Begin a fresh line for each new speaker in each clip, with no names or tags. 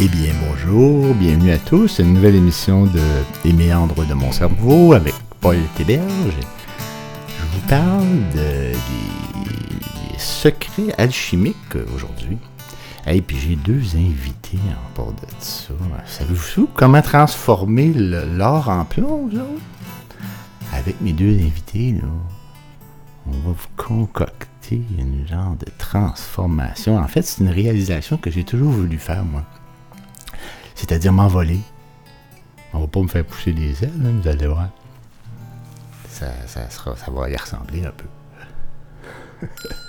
Eh bien, bonjour, bienvenue à tous à une nouvelle émission de Les méandres de mon cerveau avec Paul Théberge. Je vous parle des secrets alchimiques aujourd'hui. Et puis j'ai deux invités en part de ça. Savez-vous comment transformer l'or en plomb, vous autres? Avec mes deux invités, là, on va vous concocter une genre de transformation. En fait, c'est une réalisation que j'ai toujours voulu faire, moi. C'est-à-dire m'envoler. On va pas me faire pousser des ailes, hein, vous allez voir. Ça va y ressembler un peu.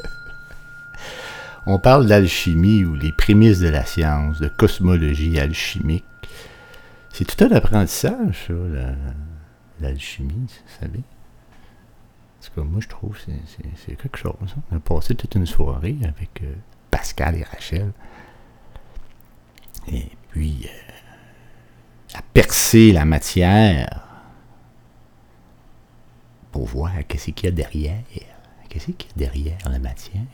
On parle d'alchimie ou les prémices de la science, de cosmologie alchimique. C'est tout un apprentissage, ça, l'alchimie, vous savez. En tout cas, moi, je trouve que c'est quelque chose. Hein. On a passé toute une soirée avec Pascal et Rachel. Et puis, à percer la matière pour voir qu'est-ce qu'il y a derrière. Qu'est-ce qu'il y a derrière la matière?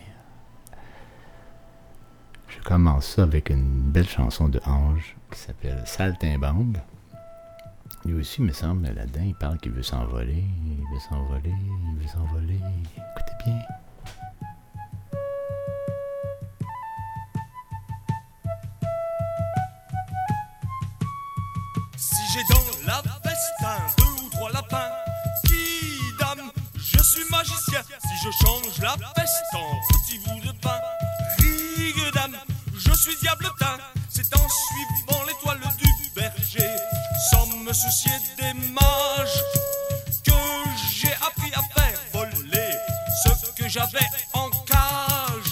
Je commence ça avec une belle chanson de Ange qui s'appelle Saltimbanque. Lui aussi, il me semble, là-dedans, il parle qu'il veut s'envoler. Il veut s'envoler, il veut s'envoler. Écoutez bien.
Si j'ai dans la veste un, deux ou trois lapins, qui dame, je suis magicien. Si je change la veste en petit bout de pain, rigue dame, je suis diabletin. C'est en suivant l'étoile du berger, sans me soucier des mages, que j'ai appris à faire voler ce que j'avais en cage.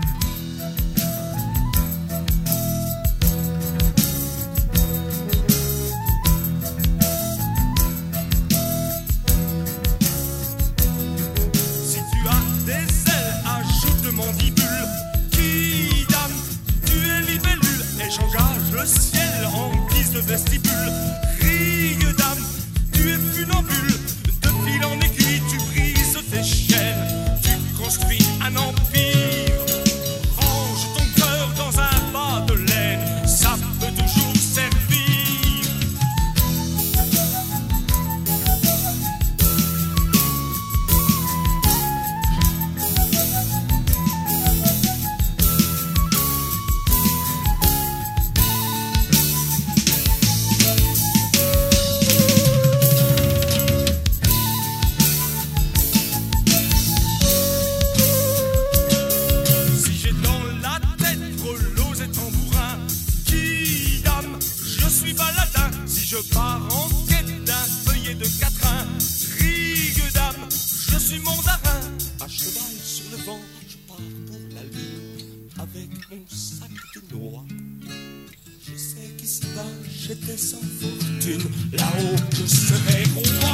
Si tu as des ailes, ajoute mandibule. Qui dame, tu es libellule, et j'engage le ciel en guise de vestibule. Rigue dame, tu es funambule, de fil en aiguille tu brises tes chaînes. Tu construis un empire, range ton cœur dans un bas de laine, ça peut toujours servir. Si j'ai dans la tête grelots et tambourins, qui dame, je suis baladin. Si je pars en quête d'un feuillet de quatrain, rigue dame, je suis mandarin. À cheval sur le vent, je pars pour la lune avec mon sac de noix. Je sais qu'ici-bas j'étais sans fortune, là-haut je serai roi.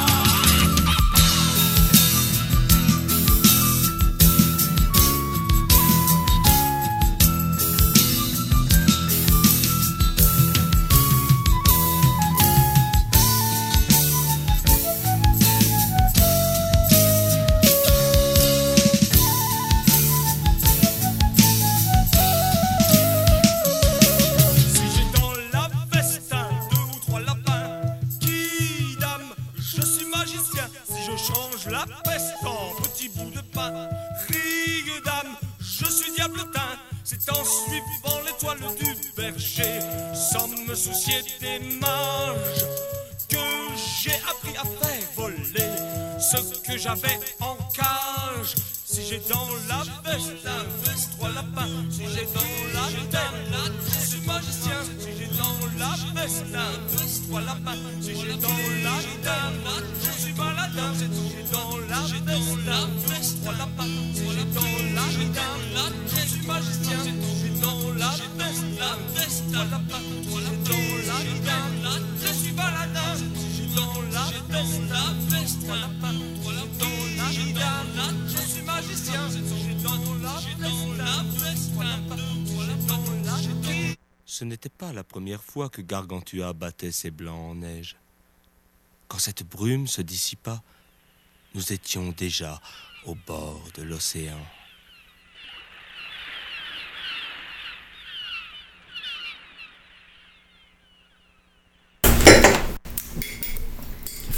Si j'ai dans la veste un, deux ou trois lapins, qui dame, je suis magicien. Si je change la peste en petits bouts de pain, rigue dame, je suis diabletin. C'est en suivant l'étoile du berger, sans me soucier des mages, que j'ai appris à faire voler ce que j'avais en cage. Si j'ai dans la veste un, deux, trois lapins, si j'ai dans la tête, je suis magicien. Si j'ai dans la veste un, deux, trois lapins, si j'ai dans la tête, je suis baladin. Si j'ai dans la veste trois lapins, si j'ai dans la tête, je suis magicien. Si j'ai dans la veste trois lapins, si j'ai dans la tête, je suis baladin. Si j'ai dans la veste trois lapins, dans la tête, je suis magicien. Si j'ai dans la veste trois lapins, dans la tête.
Ce n'était pas la première fois que Gargantua battait ses blancs en neige. Quand cette brume se dissipa, nous étions déjà au bord de l'océan.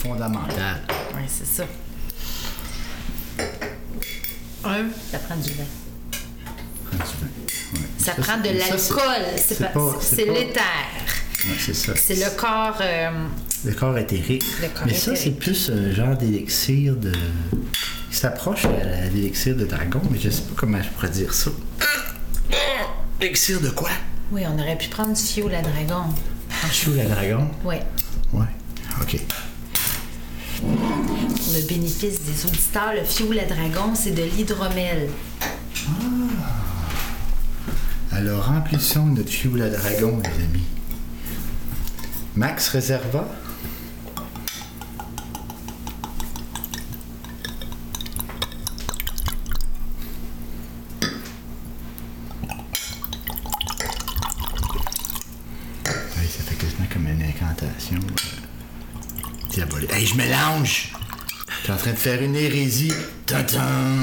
fondamental.
Oui, c'est ça. Ça prend du vin. Ça prend de l'alcool. C'est l'éther.
Oui, c'est ça.
C'est le corps...
Le corps éthérique. Mais ça, c'est plus un genre d'élixir de... Il s'approche à l'élixir de dragon, mais je sais pas comment je pourrais dire ça. Élixir de quoi?
Oui, on aurait pu prendre du fioul à dragon.
Fioul à dragon?
Oui.
Oui, OK.
Pour le bénéfice des auditeurs, le fioul à dragon, c'est de l'hydromel.
Alors, remplissons notre fioul à dragon, les amis. Max Réserva. Oui, ça fait quasiment comme une incantation diabolique. Hey, je mélange! Je suis en train de faire une hérésie. Tintin!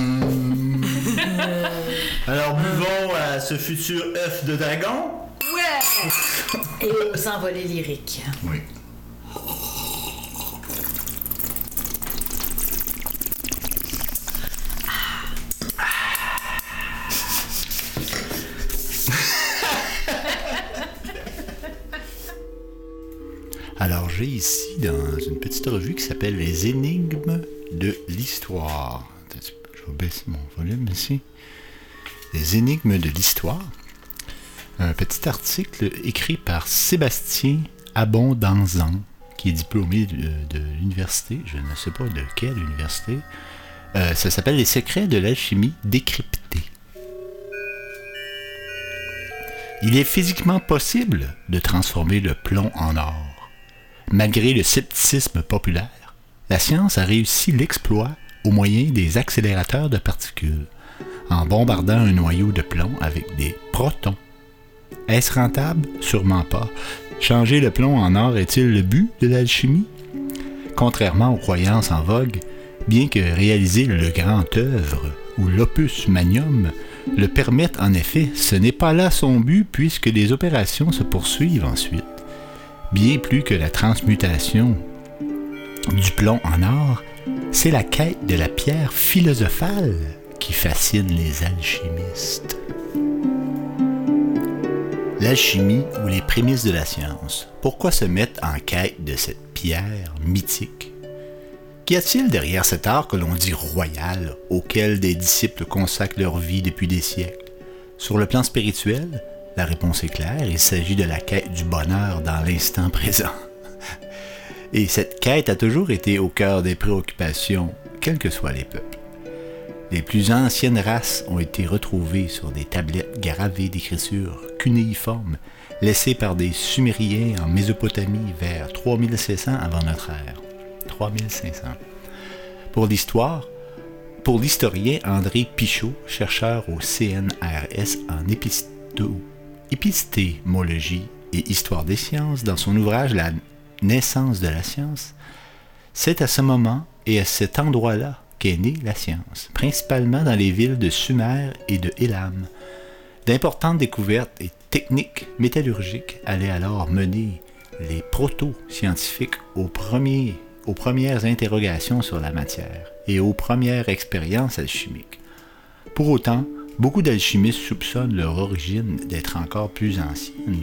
Alors, buvons à ce futur œuf de dragon.
Ouais! Et aux envolées lyriques.
Oui. Alors, j'ai ici, dans une petite revue qui s'appelle « Les énigmes de l'histoire ». Je vais baisser mon volume ici. « Les énigmes de l'histoire ». Un petit article écrit par Sébastien Abondanzan, qui est diplômé de l'université, je ne sais pas de quelle université. Ça s'appelle « Les secrets de l'alchimie décryptés ». Il est physiquement possible de transformer le plomb en or. Malgré le scepticisme populaire, la science a réussi l'exploit au moyen des accélérateurs de particules, en bombardant un noyau de plomb avec des protons. Est-ce rentable? Sûrement pas. Changer le plomb en or est-il le but de l'alchimie? Contrairement aux croyances en vogue, bien que réaliser le grand œuvre ou l'opus magnum le permette en effet, ce n'est pas là son but puisque les opérations se poursuivent ensuite. Bien plus que la transmutation du plomb en or, c'est la quête de la pierre philosophale qui fascine les alchimistes. L'alchimie ou les prémices de la science. Pourquoi se mettre en quête de cette pierre mythique? Qu'y a-t-il derrière cet art que l'on dit royal, auquel des disciples consacrent leur vie depuis des siècles? Sur le plan spirituel, la réponse est claire, il s'agit de la quête du bonheur dans l'instant présent. Et cette quête a toujours été au cœur des préoccupations, quels que soient les peuples. Les plus anciennes races ont été retrouvées sur des tablettes gravées d'écritures cunéiformes laissées par des Sumériens en Mésopotamie vers 3500 avant notre ère. 3500. Pour l'historien André Pichot, chercheur au CNRS en épistémologie et histoire des sciences, dans son ouvrage La naissance de la science, c'est à ce moment et à cet endroit-là qu'est née la science, principalement dans les villes de Sumer et de Élam. D'importantes découvertes et techniques métallurgiques allaient alors mener les proto-scientifiques aux premières interrogations sur la matière et aux premières expériences alchimiques. Pour autant, beaucoup d'alchimistes soupçonnent leur origine d'être encore plus ancienne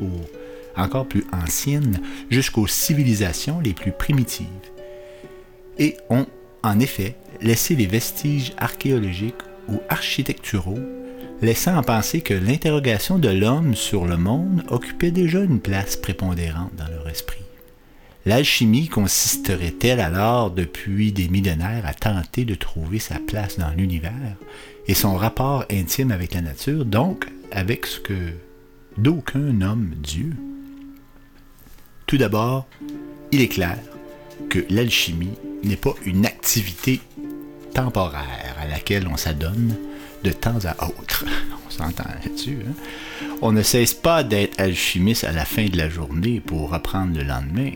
jusqu'aux civilisations les plus primitives, et ont en effet laissé les vestiges archéologiques ou architecturaux, laissant à penser que l'interrogation de l'homme sur le monde occupait déjà une place prépondérante dans leur esprit. L'alchimie consisterait-elle alors depuis des millénaires à tenter de trouver sa place dans l'univers et son rapport intime avec la nature, donc avec ce que d'aucuns nomment Dieu? Tout d'abord, il est clair que l'alchimie n'est pas une activité temporaire à laquelle on s'adonne de temps à autre. On s'entend là-dessus, hein? On ne cesse pas d'être alchimiste à la fin de la journée pour reprendre le lendemain.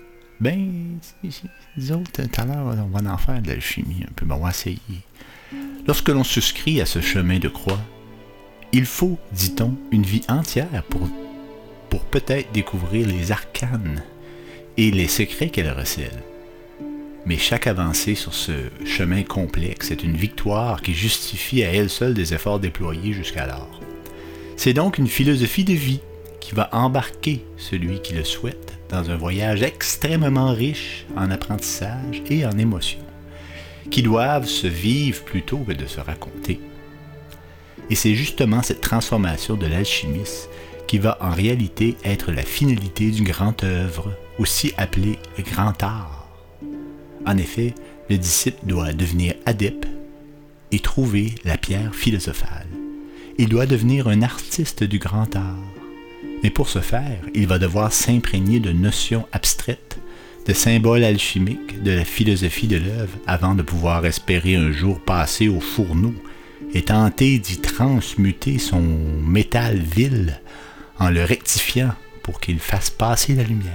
Disons, tout à l'heure, on va en faire de l'alchimie un peu, on va essayer. Lorsque l'on souscrit à ce chemin de croix, il faut, dit-on, une vie entière pour peut-être découvrir les arcanes et les secrets qu'elle recèle. Mais chaque avancée sur ce chemin complexe est une victoire qui justifie à elle seule des efforts déployés jusqu'alors. C'est donc une philosophie de vie qui va embarquer celui qui le souhaite dans un voyage extrêmement riche en apprentissage et en émotions, qui doivent se vivre plutôt que de se raconter. Et c'est justement cette transformation de l'alchimiste qui va en réalité être la finalité du grand œuvre, aussi appelé le grand art. En effet, le disciple doit devenir adepte et trouver la pierre philosophale. Il doit devenir un artiste du grand art. Mais pour ce faire, il va devoir s'imprégner de notions abstraites, de symboles alchimiques, de la philosophie de l'œuvre, avant de pouvoir espérer un jour passer au fourneau et tenter d'y transmuter son métal vil en le rectifiant pour qu'il fasse passer la lumière.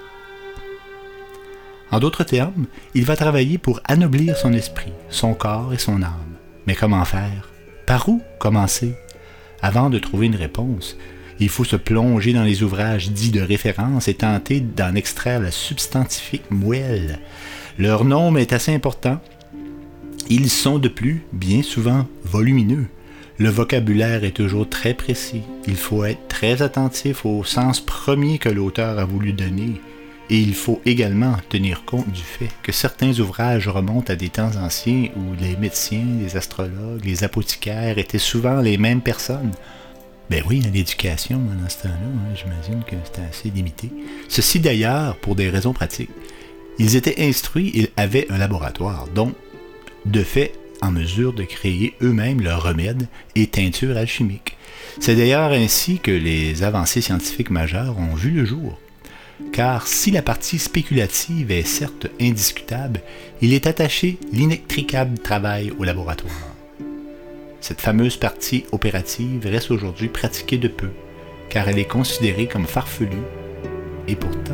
En d'autres termes, il va travailler pour anoblir son esprit, son corps et son âme. Mais comment faire? Par où commencer? Avant de trouver une réponse, il faut se plonger dans les ouvrages dits de référence et tenter d'en extraire la substantifique moelle. Leur nombre est assez important. Ils sont de plus, bien souvent, volumineux. Le vocabulaire est toujours très précis. Il faut être très attentif au sens premier que l'auteur a voulu donner. Et il faut également tenir compte du fait que certains ouvrages remontent à des temps anciens où les médecins, les astrologues, les apothicaires étaient souvent les mêmes personnes. Ben oui, l'éducation, dans ce temps-là, j'imagine que c'était assez limité. Ceci d'ailleurs pour des raisons pratiques. Ils étaient instruits, ils avaient un laboratoire, donc, de fait, en mesure de créer eux-mêmes leurs remèdes et teintures alchimiques. C'est d'ailleurs ainsi que les avancées scientifiques majeures ont vu le jour. Car si la partie spéculative est certes indiscutable, il est attaché l'inextricable travail au laboratoire. Cette fameuse partie opérative reste aujourd'hui pratiquée de peu, car elle est considérée comme farfelue, et pourtant...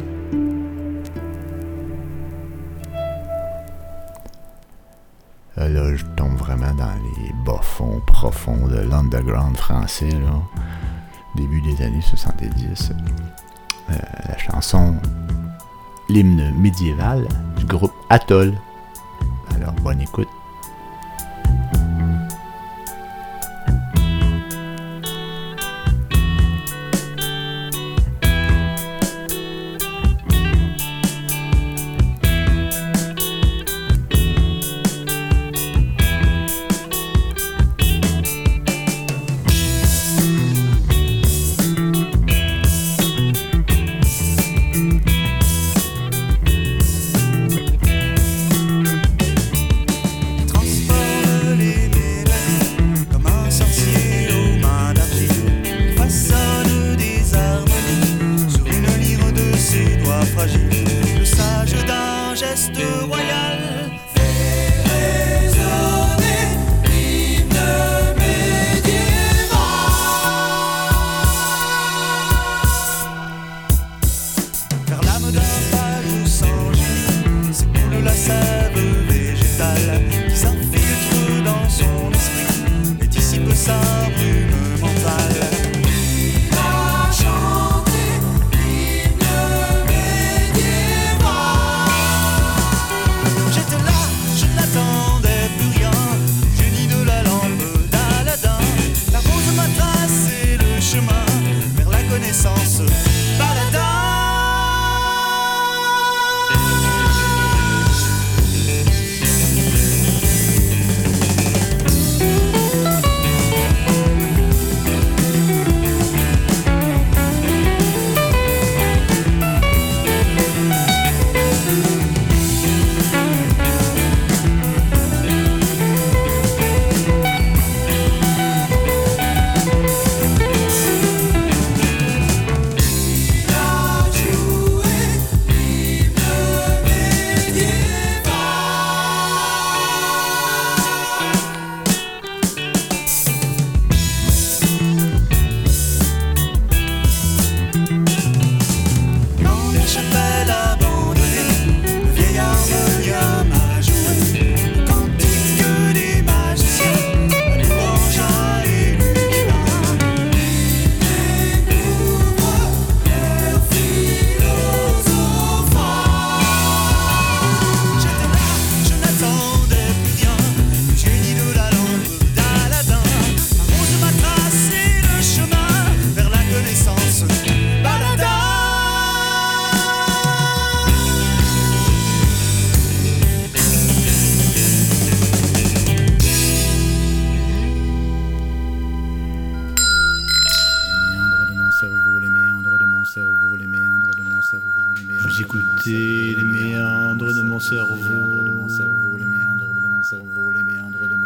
Là, je tombe vraiment dans les bas-fonds profonds de l'underground français, là, début des années 70. La chanson L'hymne médiéval du groupe Atoll. Alors, bonne écoute.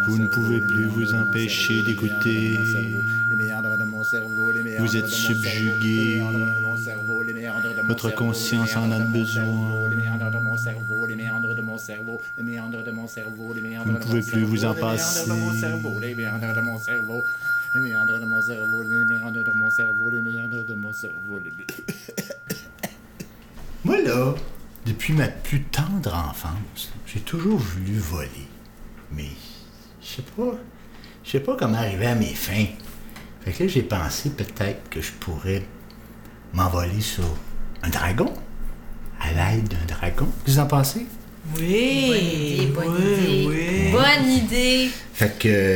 Vous ne pouvez plus vous empêcher d'écouter. Vous êtes subjugué. Votre conscience en a besoin. Vous ne pouvez plus vous en passer. Moi, là, depuis ma plus tendre enfance, j'ai toujours voulu voler. Mais je sais pas comment arriver à mes fins. Fait que là, j'ai pensé peut-être que je pourrais m'envoler sur un dragon, à l'aide d'un dragon. Qu'est-ce que vous en pensez?
Oui!
Bonne idée.
Oui.
Bonne idée.
Fait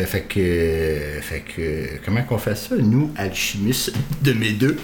que, comment qu'on fait ça, nous, alchimistes de mes deux?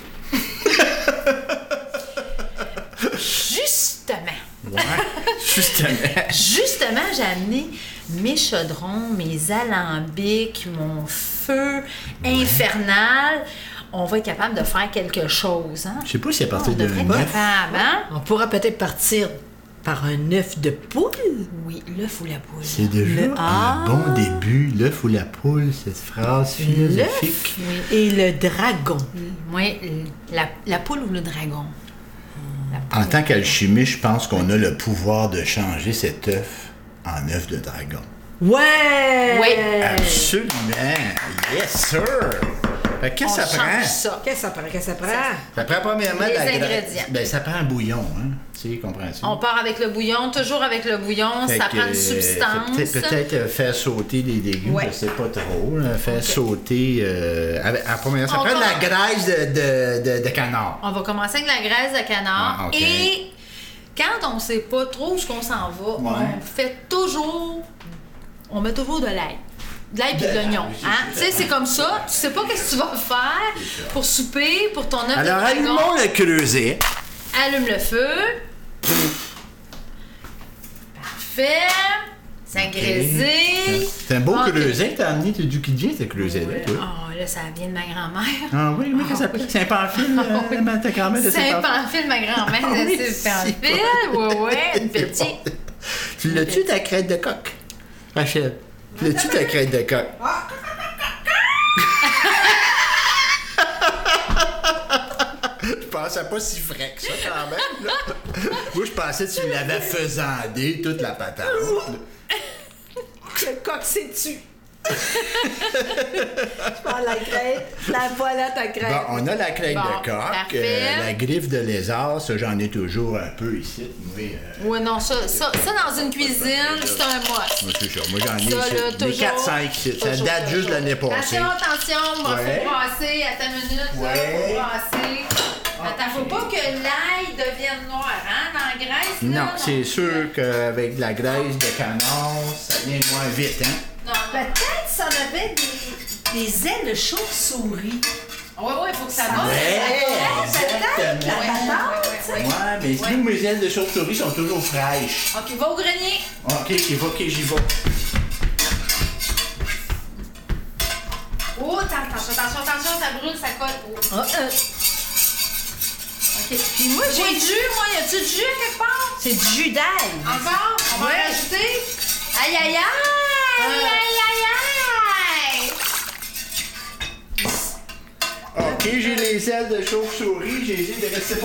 Justement.
Ouais, justement.
Justement, j'ai amené mes chaudrons, mes alambics, mon feu infernal. On va être capable de faire quelque chose, hein?
Je sais pas si à partir
On
de
devrait être
9...
capable, hein?
On pourra peut-être partir par un œuf de poule.
Oui, l'œuf ou la poule.
C'est déjà
Le-
un bon début, l'œuf ou la poule, cette phrase philosophique.
Oui.
Et le dragon.
Oui, la poule ou le dragon?
En tant qu'alchimiste, je pense qu'on a le pouvoir de changer cet œuf en œuf de dragon.
Ouais!
Oui.
Absolument! Yes, sir! Fait que qu'est-ce que
On
ça prend?
change ça.
Qu'est-ce que ça prend?
Ça prend premièrement
Les
de la
ingrédients.
Ben, ça prend un bouillon, hein? Tu sais, comprends-tu?
On part avec le bouillon, toujours avec le bouillon,
Fait
ça
que,
prend une substance.
Peut-être faire sauter des légumes,
Ouais.
je sais pas trop. Là, faire sauter... en première, ça
On
prend de la
commence-
graisse de canard.
On va commencer avec la graisse de canard.
Ah, ok.
Et quand on sait pas trop où ce qu'on s'en va,
Ouais.
on fait toujours... On met toujours de l'ail. De l'ail et de l'oignon.
oui, c'est
Hein?
ça.
Tu sais, c'est comme ça. Tu sais pas qu'est-ce que tu vas faire pour souper, pour ton œuf de
Alors,
dragon.
allumons le creuset.
Allume le feu. Parfait. Ça grésille.
C'est un beau
Ok.
creuset que t'as amené, d'où qui vient ce creuset-là, toi?
Oh, là, ça vient de ma grand-mère.
Ah oui, mais qu'est-ce que ça s'appelle? Saint-Pamphile, ta grand-mère de
Saint-Pamphile, ma grand-mère
Ah oui,
de Saint-Pamphile. Ouais, une petite.
Tu l'as-tu ta crête de coq? Rachel, tu l'as-tu ta crête de coq? Je pensais pas si frais que ça, quand même, là. Moi, je pensais que tu l'avais faisandé toute la patate.
Le coq s'est tu. Je prends la crête. La voilà ta crête.
Bon, on a la crête
Bon,
de coq,
parfait.
la griffe de lézard, ça, j'en ai toujours un peu ici. Moi,
Ouais, non, ça dans une cuisine, c'est un must.
moi, c'est ça. Moi, j'en ai
Ça, là,
ici. Les
toujours,
4-5 ici. Ça
toujours,
date juste de l'année passée.
Attention, il
Ouais.
faut brasser à ta minute, là,
Ouais.
faut brasser. Attends, faut pas que l'ail devienne noir, hein, dans la graisse, là.
Non, c'est sûr qu'avec de la graisse de canard, ça vient moins vite, hein?
Non, non.
Peut-être ça avait des ailes de chauve-souris.
Ouais, faut que ça va.
Peut-être la patate.
Ouais, mais nous, mes ailes de chauve-souris sont toujours fraîches.
OK, va au grenier.
OK, j'y vais.
Oh, attention, ça brûle, ça colle. Oh. OK. Puis moi, j'ai du jus, moi. Y a-tu du jus quelque part?
C'est du jus d'ail.
Encore? On va
Ouais.
en rajouter? Aïe, aïe, aïe!
OK, j'ai les ailes de chauve-souris, j'ai les ailes de rester.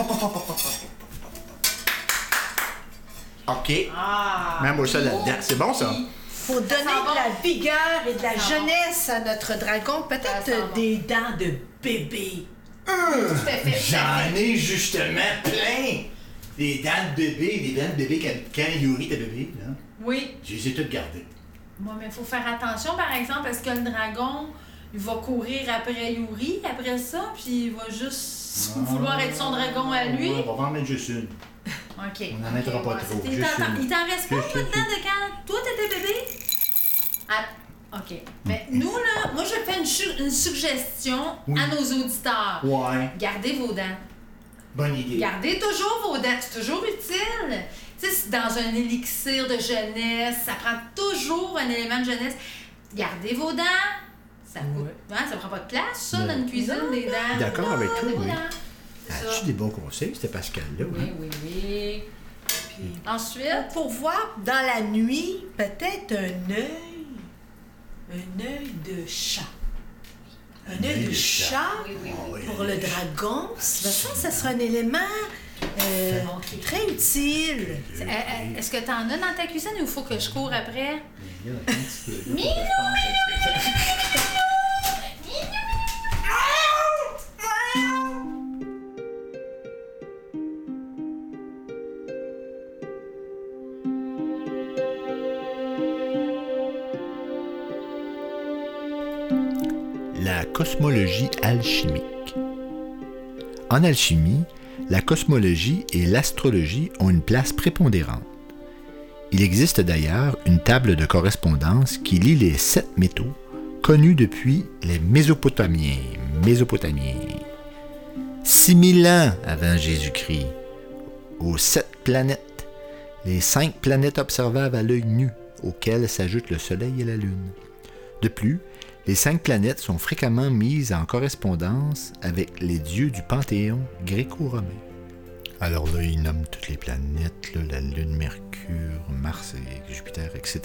OK.
Ah!
Mets moi ça là-dedans. C'est bon, ça?
Pour donner
sent bon.
de la vigueur et de la
Ça sent
jeunesse à notre dragon,
Ça
peut-être
sent bon.
des dents de bébé.
Tout à fait.
J'en ai justement plein. Des dents de bébé, quand Yuri était bébé, là.
Oui.
Je les ai toutes gardées.
Bon, mais il faut faire attention, par exemple, parce que le dragon, il va courir après Yuri, après ça, puis il va juste vouloir être son dragon à lui.
Ouais, on va en mettre juste une.
OK.
On n'en mettra pas trop,
Il
juste
t'en
une.
il t'en reste pas
Juste
maintenant de quand toi t'étais bébé? Ah, OK. Mais nous, là, moi, je fais une suggestion
Oui.
à nos auditeurs.
Ouais,
Gardez vos dents.
bonne idée.
Gardez toujours vos dents. C'est toujours utile. Tu sais, c'est dans un élixir de jeunesse, ça prend toujours un élément de jeunesse. Gardez vos dents. Ça coûte. Hein, ça prend pas de place, ça, dans une cuisine, les dents.
D'accord avec toi,
Gardez vos
oui.
dents. C'est
As-tu
ça.
des bons conseils, c'était Pascal-là?
Oui,
hein?
oui. Puis ensuite,
Pour voir dans la nuit, peut-être un œil. Un œil de chat. Un œil de chat pour le dragon, ça sera un élément très utile.
Est-ce que t'en as dans ta cuisine ou il faut que je cours après?
La cosmologie alchimique. En alchimie, la cosmologie et l'astrologie ont une place prépondérante. Il existe d'ailleurs une table de correspondance qui lie les 7 métaux connus depuis les Mésopotamiens. 6000 ans avant Jésus-Christ, aux 7 planètes, les 5 planètes observables à l'œil nu, auxquelles s'ajoutent le Soleil et la Lune. De plus, les 5 planètes sont fréquemment mises en correspondance avec les dieux du panthéon gréco-romain. Alors là, ils nomment toutes les planètes, là, la Lune, Mercure, Mars et Jupiter, etc.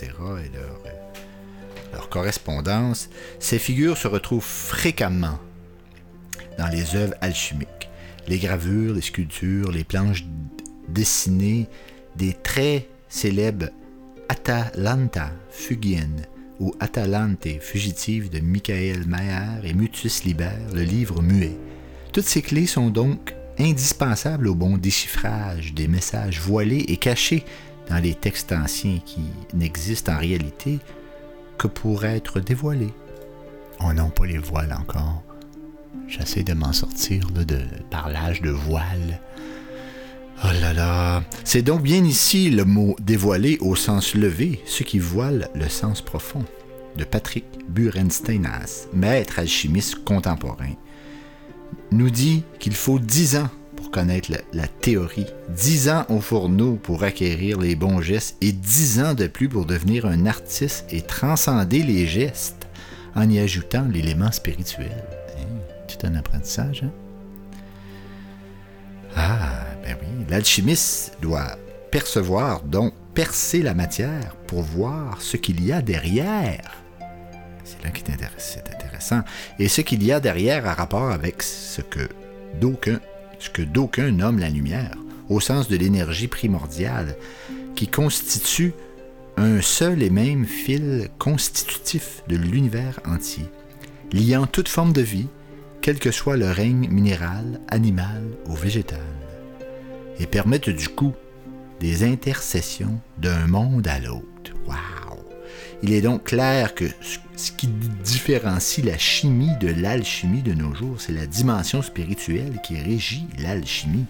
Et leur correspondance. Ces figures se retrouvent fréquemment dans les œuvres alchimiques. Les gravures, les sculptures, les planches dessinées des très célèbres Atalanta Fugienne ou Atalante fugitive de Michael Mayer et Mutus Liber, le livre muet. Toutes ces clés sont donc indispensables au bon déchiffrage des messages voilés et cachés dans les textes anciens qui n'existent en réalité que pour être dévoilés. On n'a pas les voiles encore. J'essaie de m'en sortir là, par l'âge de voile. Oh là là! C'est donc bien ici le mot « dévoiler » au sens levé, ce qui voile le sens profond, de Patrick Burensteinas, maître alchimiste contemporain, nous dit qu'il faut 10 ans pour connaître la théorie, 10 ans au fourneau pour acquérir les bons gestes et 10 ans de plus pour devenir un artiste et transcender les gestes en y ajoutant l'élément spirituel. C'est un apprentissage, hein? Ah, ben oui, l'alchimiste doit percevoir, donc percer la matière pour voir ce qu'il y a derrière. C'est là que c'est intéressant. Et ce qu'il y a derrière a rapport avec ce que d'aucuns nomment la lumière, au sens de l'énergie primordiale, qui constitue un seul et même fil constitutif de l'univers entier, liant toute forme de vie, quel que soit le règne minéral, animal ou végétal, et permettent du coup des intercessions d'un monde à l'autre. Wow! Il est donc clair que ce qui différencie la chimie de l'alchimie de nos jours, c'est la dimension spirituelle qui régit l'alchimie.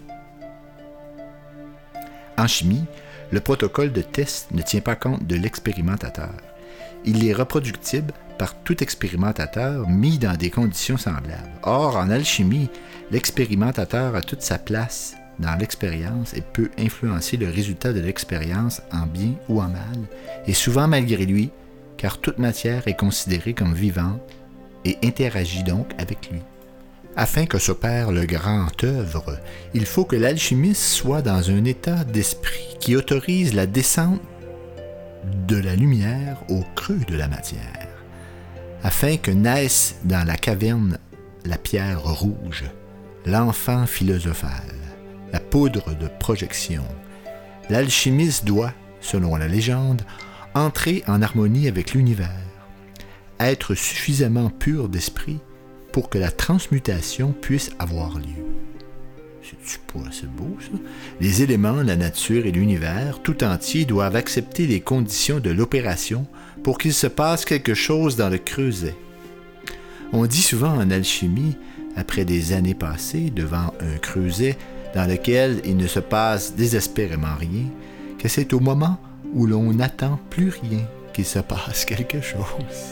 En chimie, le protocole de test ne tient pas compte de l'expérimentateur. Il est reproductible par tout expérimentateur mis dans des conditions semblables. Or, en alchimie, l'expérimentateur a toute sa place dans l'expérience et peut influencer le résultat de l'expérience en bien ou en mal, et souvent malgré lui, car toute matière est considérée comme vivante et interagit donc avec lui. Afin que s'opère le grand œuvre, il faut que l'alchimiste soit dans un état d'esprit qui autorise la descente de la lumière au creux de la matière, afin que naisse dans la caverne la pierre rouge, l'enfant philosophal, la poudre de projection. L'alchimiste doit, selon la légende, entrer en harmonie avec l'univers, être suffisamment pur d'esprit pour que la transmutation puisse avoir lieu. C'est-tu pas assez beau, ça? Les éléments, la nature et l'univers tout entier doivent accepter les conditions de l'opération pour qu'il se passe quelque chose dans le creuset. On dit souvent en alchimie, après des années passées devant un creuset dans lequel il ne se passe désespérément rien, que c'est au moment où l'on n'attend plus rien qu'il se passe quelque chose.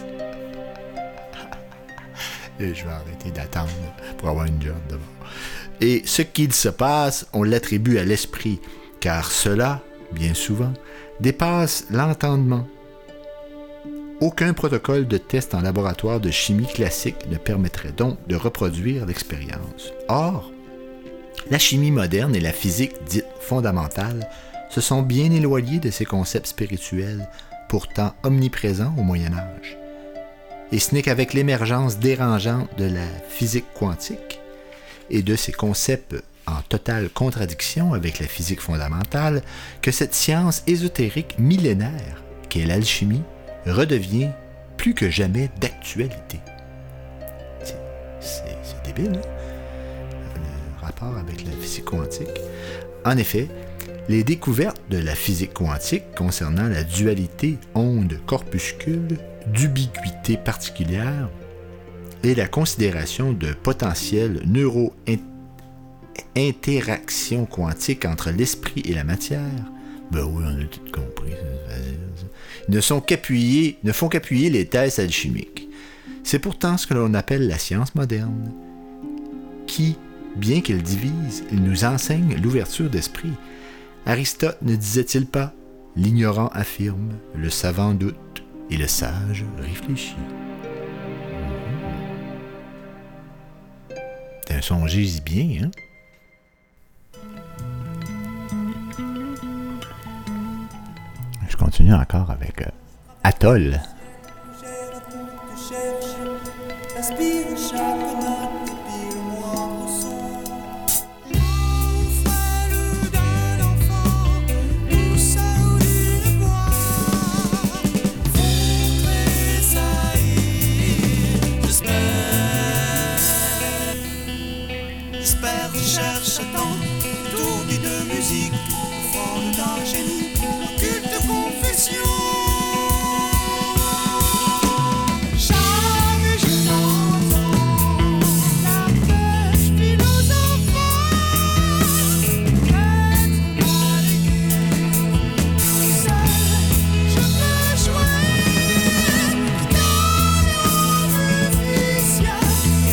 Et je vais arrêter d'attendre pour avoir une job d'abord. Et ce qu'il se passe, on l'attribue à l'esprit, car cela, bien souvent, dépasse l'entendement. Aucun protocole de test en laboratoire de chimie classique ne permettrait donc de reproduire l'expérience. Or, la chimie moderne et la physique dite fondamentale se sont bien éloignés de ces concepts spirituels, pourtant omniprésents au Moyen Âge. Et ce n'est qu'avec l'émergence dérangeante de la physique quantique et de ses concepts en totale contradiction avec la physique fondamentale que cette science ésotérique millénaire qu'est l'alchimie redevient plus que jamais d'actualité. C'est débile, hein? Le rapport avec la physique quantique. En effet, les découvertes de la physique quantique concernant la dualité onde-corpuscule, d'ubiquité particulière et la considération de potentielles neuro-interactions quantiques entre l'esprit et la matière, ben oui, on a tout compris, c'est facile, ça. Ne font qu'appuyer les thèses alchimiques. C'est pourtant ce que l'on appelle la science moderne, qui, bien qu'elle divise, il nous enseigne l'ouverture d'esprit. Aristote ne disait-il pas « L'ignorant affirme, le savant doute, et le sage réfléchit ». Songez-y bien, hein? Je continue encore avec Atoll.
Aspire chaque note, pile le moindre son. J'espère, cherche, attends, tourbillon de musique, forme d'un génie, occulte confession. Jamais je n'entends la pêche philosophale, être mallégué, seul je peux jouer dans l'ombre vicieux.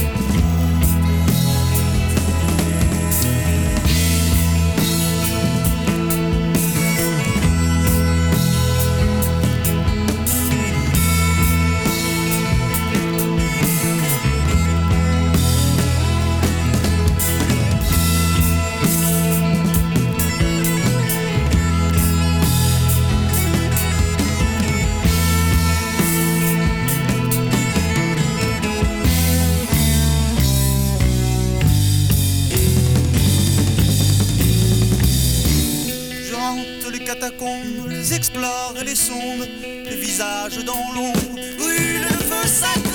Je hante les catacombes, les explore et les sonde, les visages dans l'ombre, brûle le feu sacré.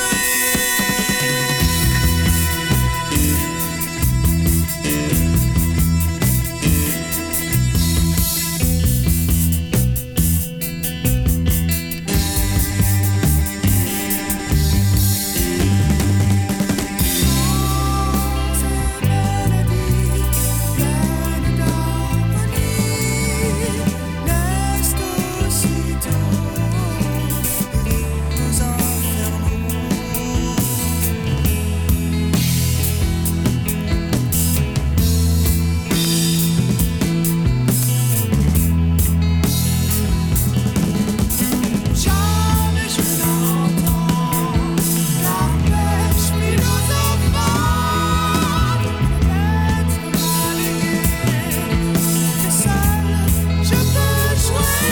Jamais je n'entends la pêche philosophale, être mallégué, que seul je peux jouer.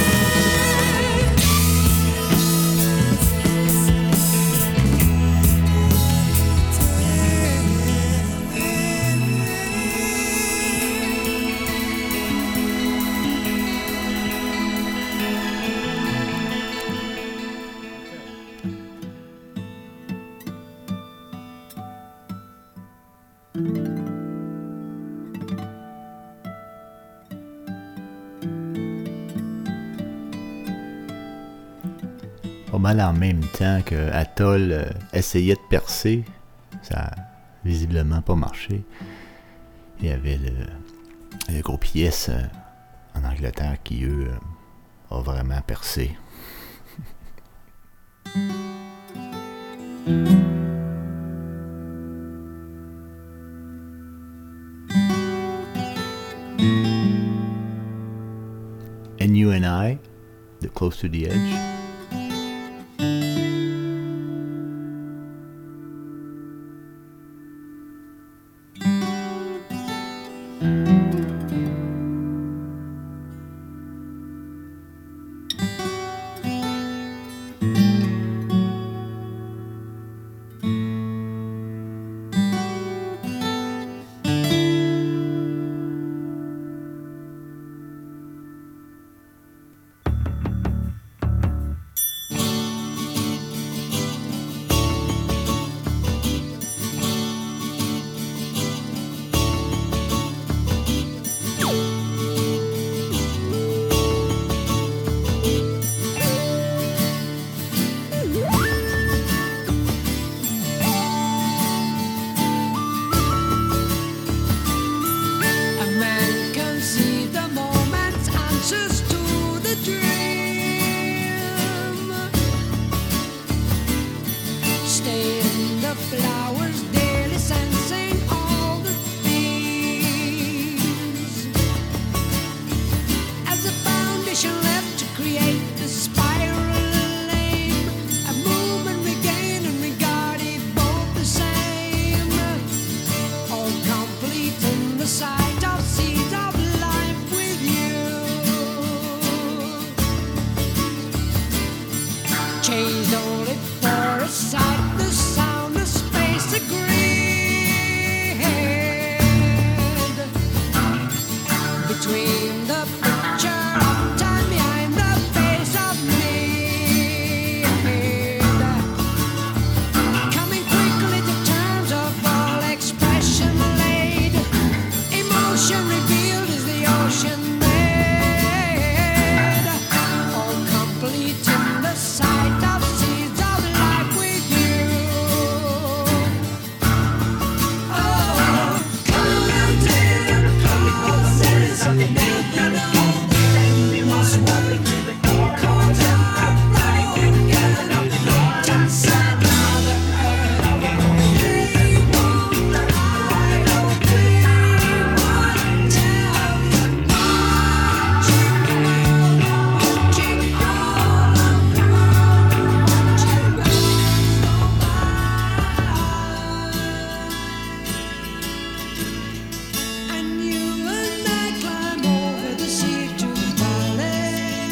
Pas mal en même temps que Atoll essayait de percer. Ça a visiblement pas marché. Il y avait le groupe Yes en Angleterre qui, eux, a vraiment percé. And You and I, The Close to the Edge.
changed only for a sight, the sound, the space agreed. Between the picture of time behind the face of me, coming quickly to terms of all expression laid, emotion revealed is the ocean made, all complete in the sight of seeds of life with you. Oh, come and take a close, there is something that you know, and we must walk into the cold and right together, just another earth. We won't hide, oh, we won't tell you much. Watching all and you and I climb over the sea to the valley,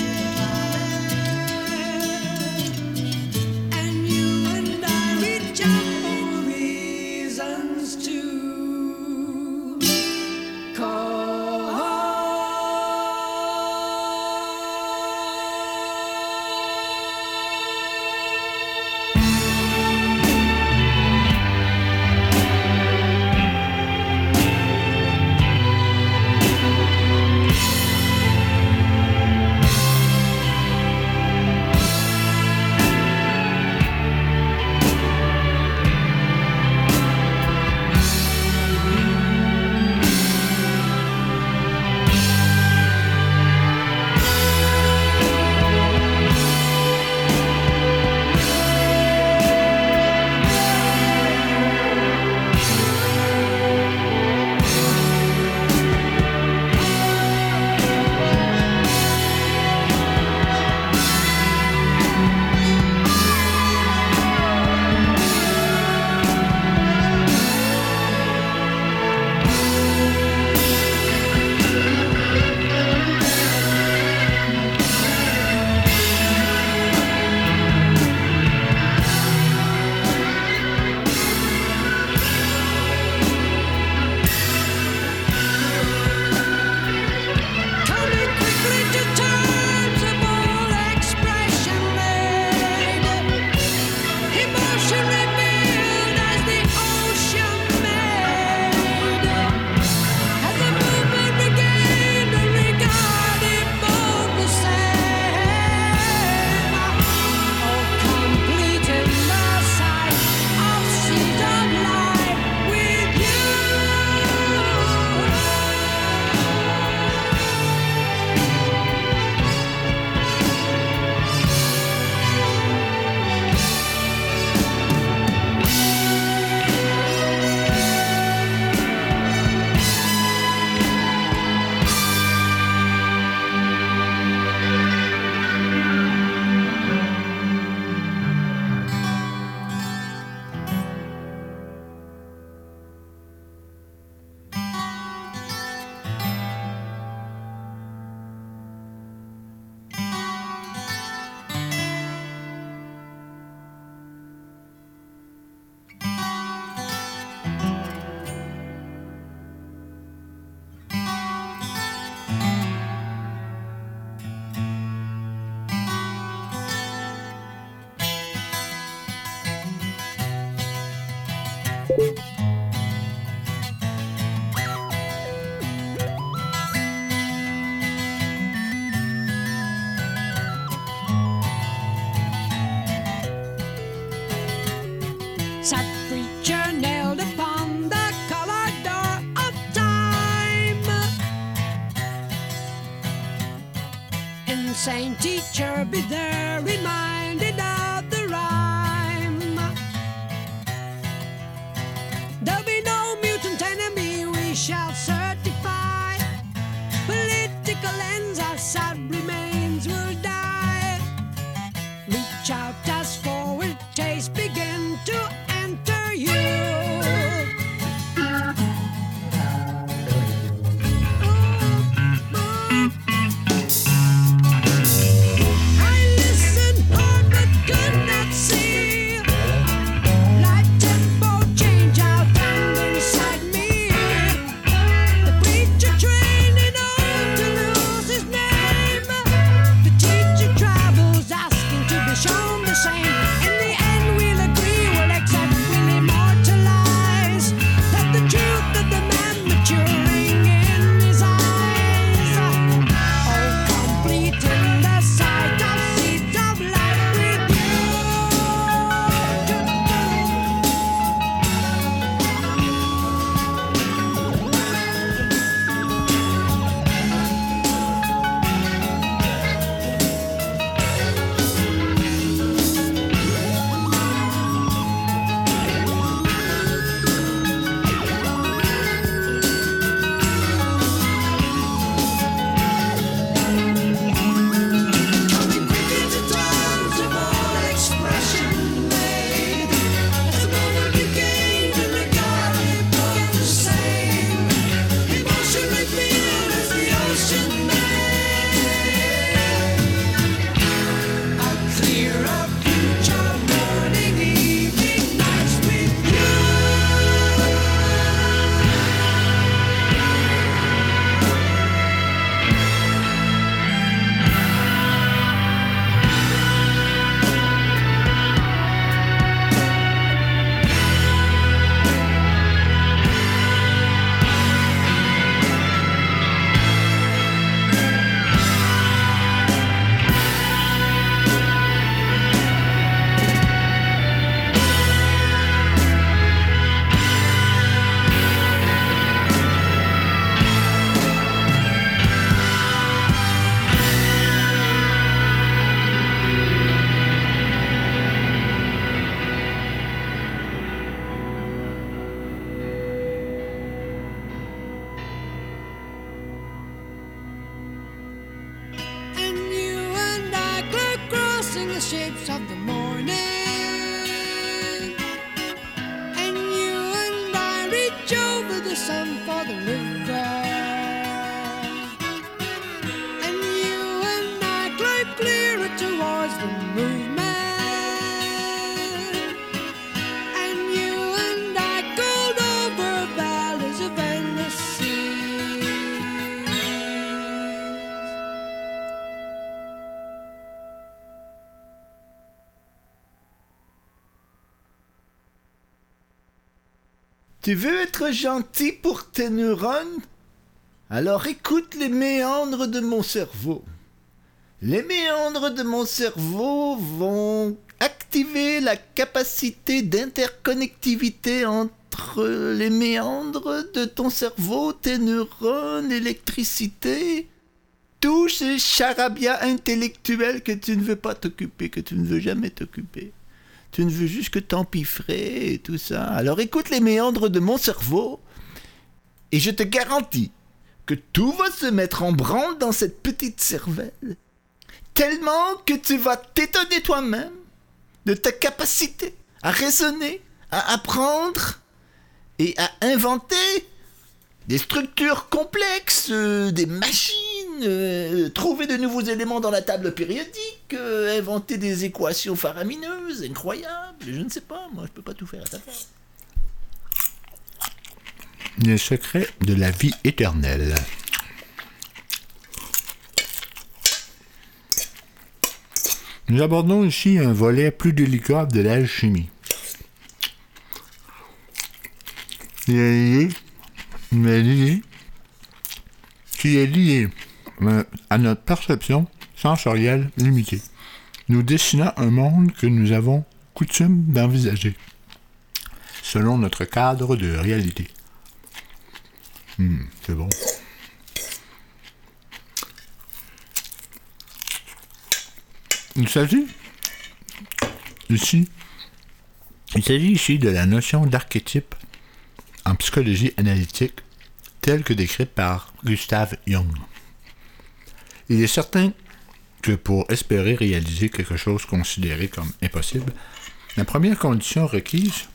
and you and I reach out for reasons to coming quickly to terms of all expression laid, emotion revealed as the ocean made, as the movement regained and regarded both the same, all complete in the sight of seeds of life with you. Sat preacher nailed upon the colored door of time. Insane teacher, be there reminded of the rhyme. There'll be no mutant enemy we shall certify. Political ends, our sad remains will die. Reach out as forward taste begin to enter you. I listened hard but couldn't
Tu veux être gentil pour tes neurones? Alors écoute les méandres de mon cerveau. Les méandres de mon cerveau vont activer la capacité d'interconnectivité entre les méandres de ton cerveau, tes neurones, l'électricité. Tous ces charabia intellectuels que tu ne veux pas t'occuper, que tu ne veux jamais t'occuper. Tu ne veux juste que t'empiffrer et tout ça. Alors écoute les méandres de mon cerveau et je te garantis que tout va se mettre en branle dans cette petite cervelle. Tellement que tu vas t'étonner toi-même de ta capacité à raisonner, à apprendre et à inventer des structures complexes, des machines, trouver de nouveaux éléments dans la table périodique, inventer des équations faramineuses, incroyables, je ne sais pas, moi je peux pas tout faire à ta place. Les secrets de la vie éternelle. Nous abordons ici un volet plus délicat de l'alchimie. Qui est lié à notre perception sensorielle limitée, nous dessinant un monde que nous avons coutume d'envisager, selon notre cadre de réalité. C'est bon. Il s'agit ici de la notion d'archétype en psychologie analytique telle que décrite par Gustav Jung. Il est certain que pour espérer réaliser quelque chose considéré comme impossible, la première condition requise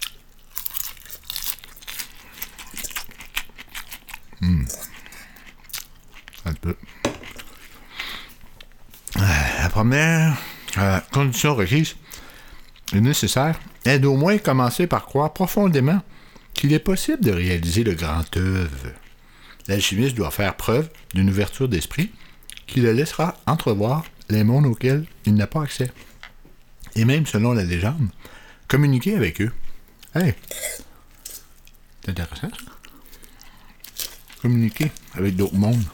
La première condition requise et nécessaire est d'au moins commencer par croire profondément qu'il est possible de réaliser le grand œuvre. L'alchimiste doit faire preuve d'une ouverture d'esprit qui le laissera entrevoir les mondes auxquels il n'a pas accès. Et même, selon la légende, communiquer avec eux. Hey! C'est intéressant, ça. Communiquer avec d'autres mondes.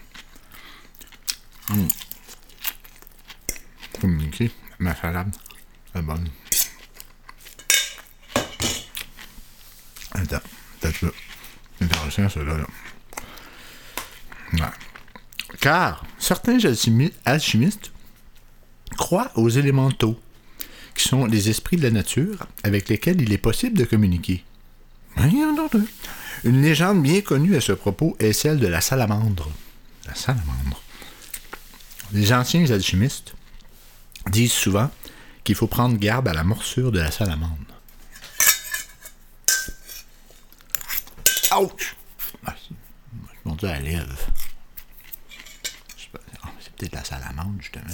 Communiquer. Ma salade. C'est bonne. Attends. Peut-être ça. C'est intéressant, ça, là. Ouais. Car certains alchimistes croient aux élémentaux, qui sont les esprits de la nature avec lesquels il est possible de communiquer. Une légende bien connue à ce propos est celle de la salamandre. La salamandre. Les anciens alchimistes disent souvent qu'il faut prendre garde à la morsure de la salamandre. Ouch! Je m'en dis à la lèvre. C'est peut-être la salamandre, justement.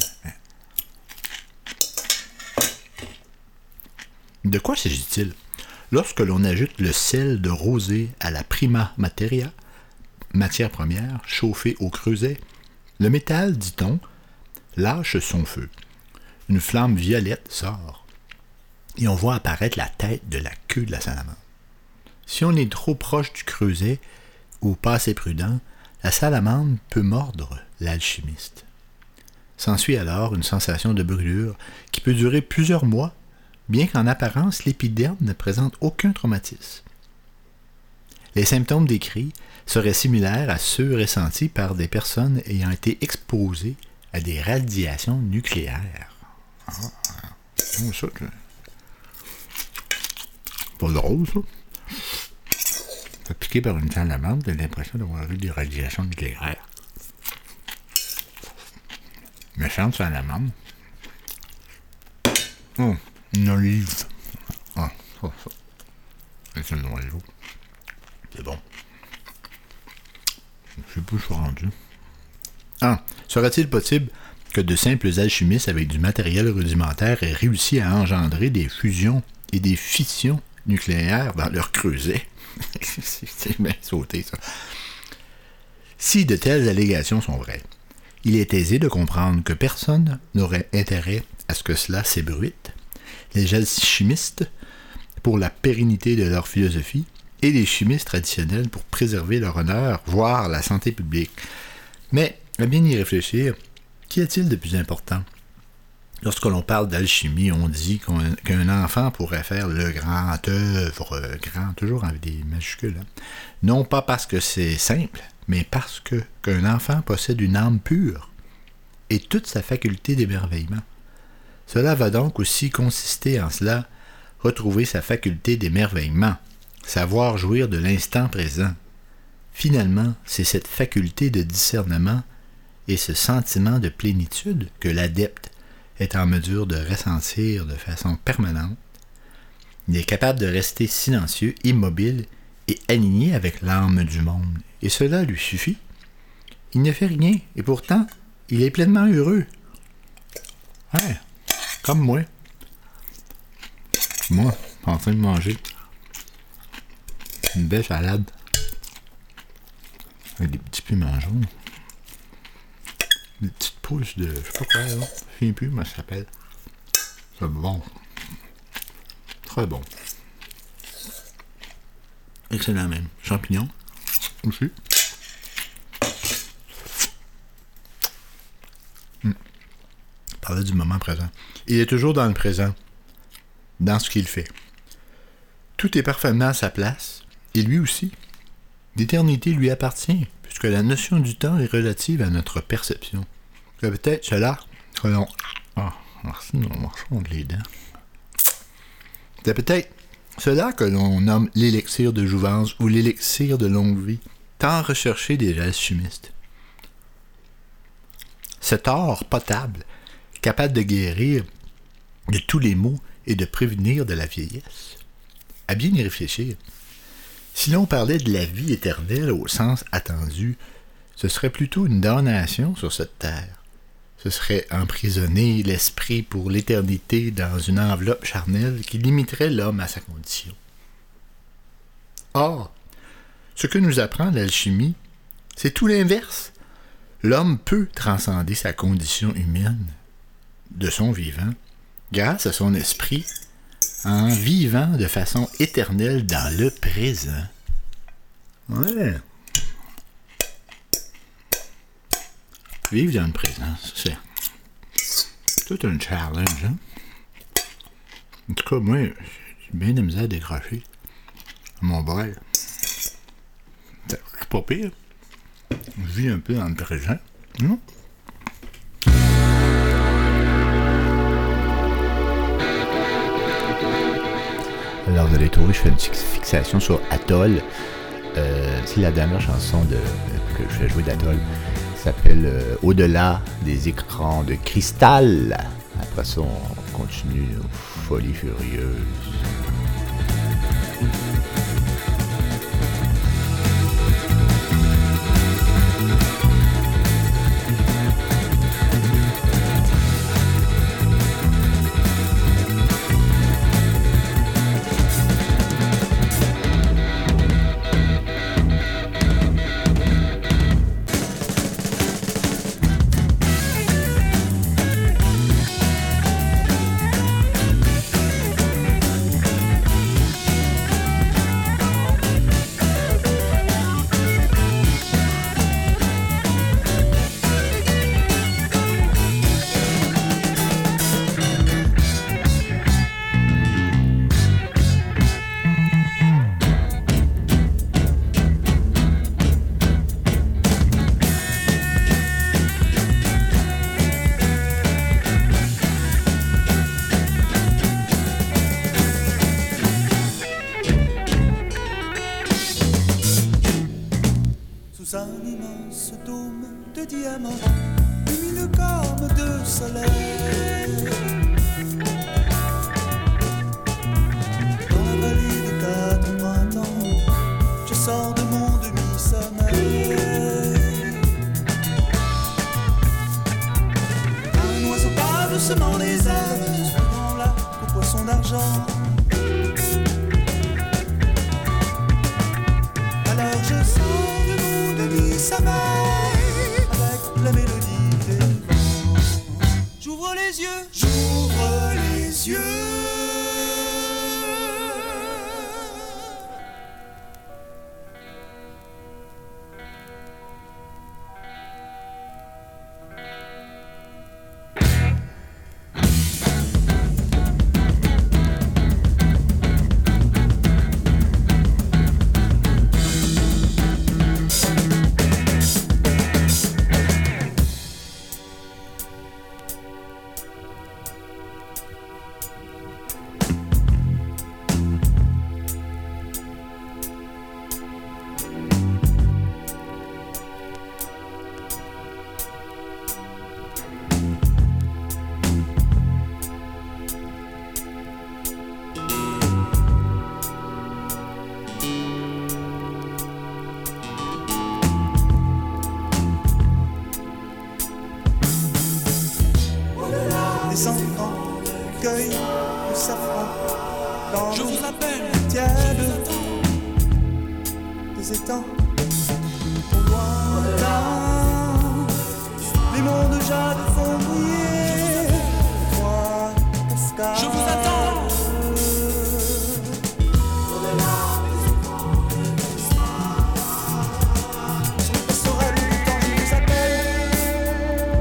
De quoi s'agit-il? Lorsque l'on ajoute le sel de rosée à la prima materia, matière première, chauffée au creuset, le métal, dit-on, lâche son feu. Une flamme violette sort, et on voit apparaître la tête de la queue de la salamandre. Si on est trop proche du creuset, ou pas assez prudent, la salamandre peut mordre l'alchimiste. S'ensuit alors une sensation de brûlure qui peut durer plusieurs mois, bien qu'en apparence, l'épiderme ne présente aucun traumatisme. Les symptômes décrits seraient similaires à ceux ressentis par des personnes ayant été exposées à des radiations nucléaires. C'est ça, pas drôle, ça. Piqué par une salamandre, j'ai l'impression d'avoir eu des radiations nucléaires. Méchante salamandre. Une olive. Ça. C'est un oiseau. C'est bon. Je sais pas où je suis rendu. Serait-il possible que de simples alchimistes avec du matériel rudimentaire aient réussi à engendrer des fusions et des fissions nucléaires dans leur creuset? C'est bien sauté, ça. Si de telles allégations sont vraies, il est aisé de comprendre que personne n'aurait intérêt à ce que cela s'ébruite. Les alchimistes, pour la pérennité de leur philosophie et les chimistes traditionnels pour préserver leur honneur, voire la santé publique. Mais, à bien y réfléchir, qu'y a-t-il de plus important? Lorsque l'on parle d'alchimie, on dit qu'un enfant pourrait faire le grand œuvre, grand, toujours avec des majuscules, hein? Non pas parce que c'est simple, mais parce qu'un enfant possède une âme pure et toute sa faculté d'émerveillement. Cela va donc aussi consister en cela, retrouver sa faculté d'émerveillement, savoir jouir de l'instant présent. Finalement, c'est cette faculté de discernement et ce sentiment de plénitude que l'adepte est en mesure de ressentir de façon permanente. Il est capable de rester silencieux, immobile et aligné avec l'âme du monde. Et cela lui suffit. Il ne fait rien, et pourtant, il est pleinement heureux. Ouais, comme moi. Moi, en train de manger une belle salade avec des petits piments jaunes. Des petites pousses de... je sais pas quoi, là. Je ne sais plus comment ça s'appelle. C'est bon. Très bon. Excellent même. Champignons. Aussi. Parler du moment présent. Il est toujours dans le présent. Dans ce qu'il fait. Tout est parfaitement à sa place. Et lui aussi. L'éternité lui appartient, puisque la notion du temps est relative à notre perception. C'est peut-être cela que l'on... Ah, merci, on marche les dents. C'est peut-être cela que l'on nomme l'élixir de jouvence ou l'élixir de longue vie, tant recherché des alchimistes. Cet or potable, capable de guérir de tous les maux et de prévenir de la vieillesse. À bien y réfléchir, si l'on parlait de la vie éternelle au sens attendu, ce serait plutôt une damnation sur cette terre. Ce serait emprisonner l'esprit pour l'éternité dans une enveloppe charnelle qui limiterait l'homme à sa condition. Or, ce que nous apprend l'alchimie, c'est tout l'inverse. L'homme peut transcender sa condition humaine de son vivant grâce à son esprit en vivant de façon éternelle dans le présent. Ouais. Vivre dans le présent, c'est tout un challenge, hein? En tout cas, moi, j'ai bien de misère à décrocher à mon bol. C'est pas pire. Je vis un peu dans le présent, non? Alors, vous allez trouver, je fais une fixation sur Atoll. C'est la dernière chanson que je fais jouer d'Atoll. Ça s'appelle Au-delà des écrans de cristal. Après ça, on continue nos folies furieuses.
Sous un immense dôme de diamants, lumineux comme de soleil. Dans la vallée des quatre printemps, je sors de mon demi-sommeil. Un oiseau part doucement les ailes, souvent là au poisson d'argent. Alors je sors de mon demi-sommeil avec la mélodie des vents. J'ouvre les yeux, j'ouvre les yeux. dans je vous appelle,
tiède des étangs au lointain. Les monts de jade font briller trois cascades.
je vous attends.
Sorel, quand je vous appelle.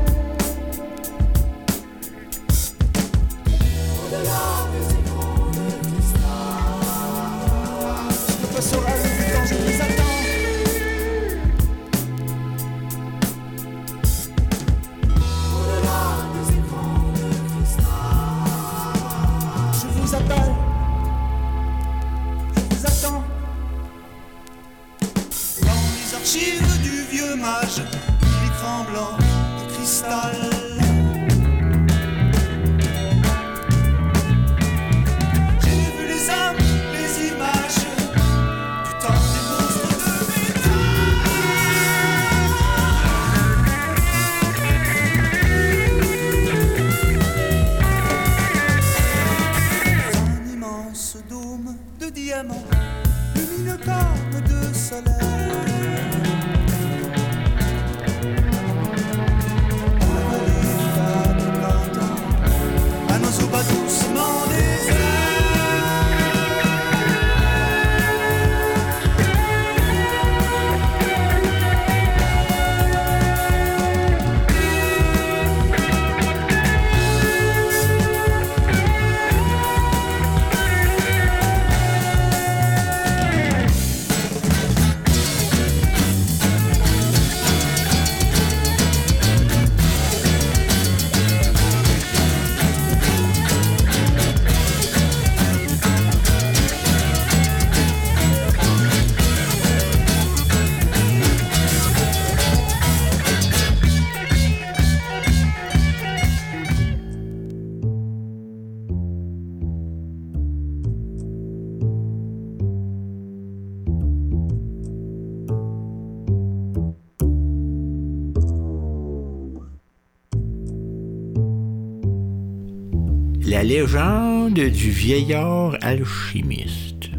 Le Sorel, quand je vous attends. Je vous appelle. Je vous attends.
Dans les archives du vieux mage, les tremblants de cristal. J'ai vu les âmes, les images du temps des monstres de métal. Un immense dôme de diamants, lumineux comme de soleil. Un oiseau bat doucement des airs.
La légende du vieillard alchimiste.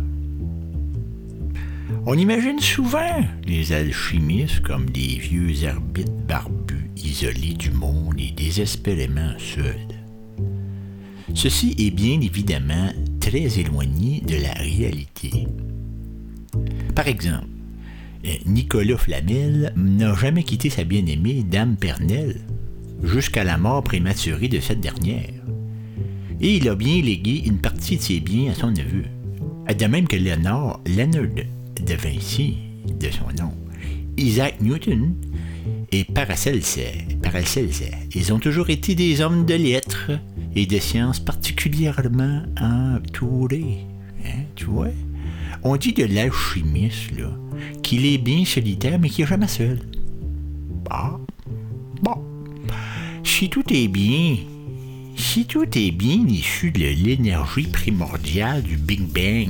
On imagine souvent les alchimistes comme des vieux arbitres barbus isolés du monde et désespérément seuls. Ceci est bien évidemment très éloigné de la réalité. Par exemple, Nicolas Flamel n'a jamais quitté sa bien-aimée Dame Pernelle jusqu'à la mort prématurée de cette dernière. Et il a bien légué une partie de ses biens à son neveu. De même que Léonard de Vinci, de son nom, Isaac Newton et Paracelse. Ils ont toujours été des hommes de lettres et de sciences particulièrement entourés. Hein, tu vois? On dit de l'alchimiste, là, qu'il est bien solitaire, mais qu'il n'est jamais seul. Bon. Si tout est bien issu de l'énergie primordiale du Big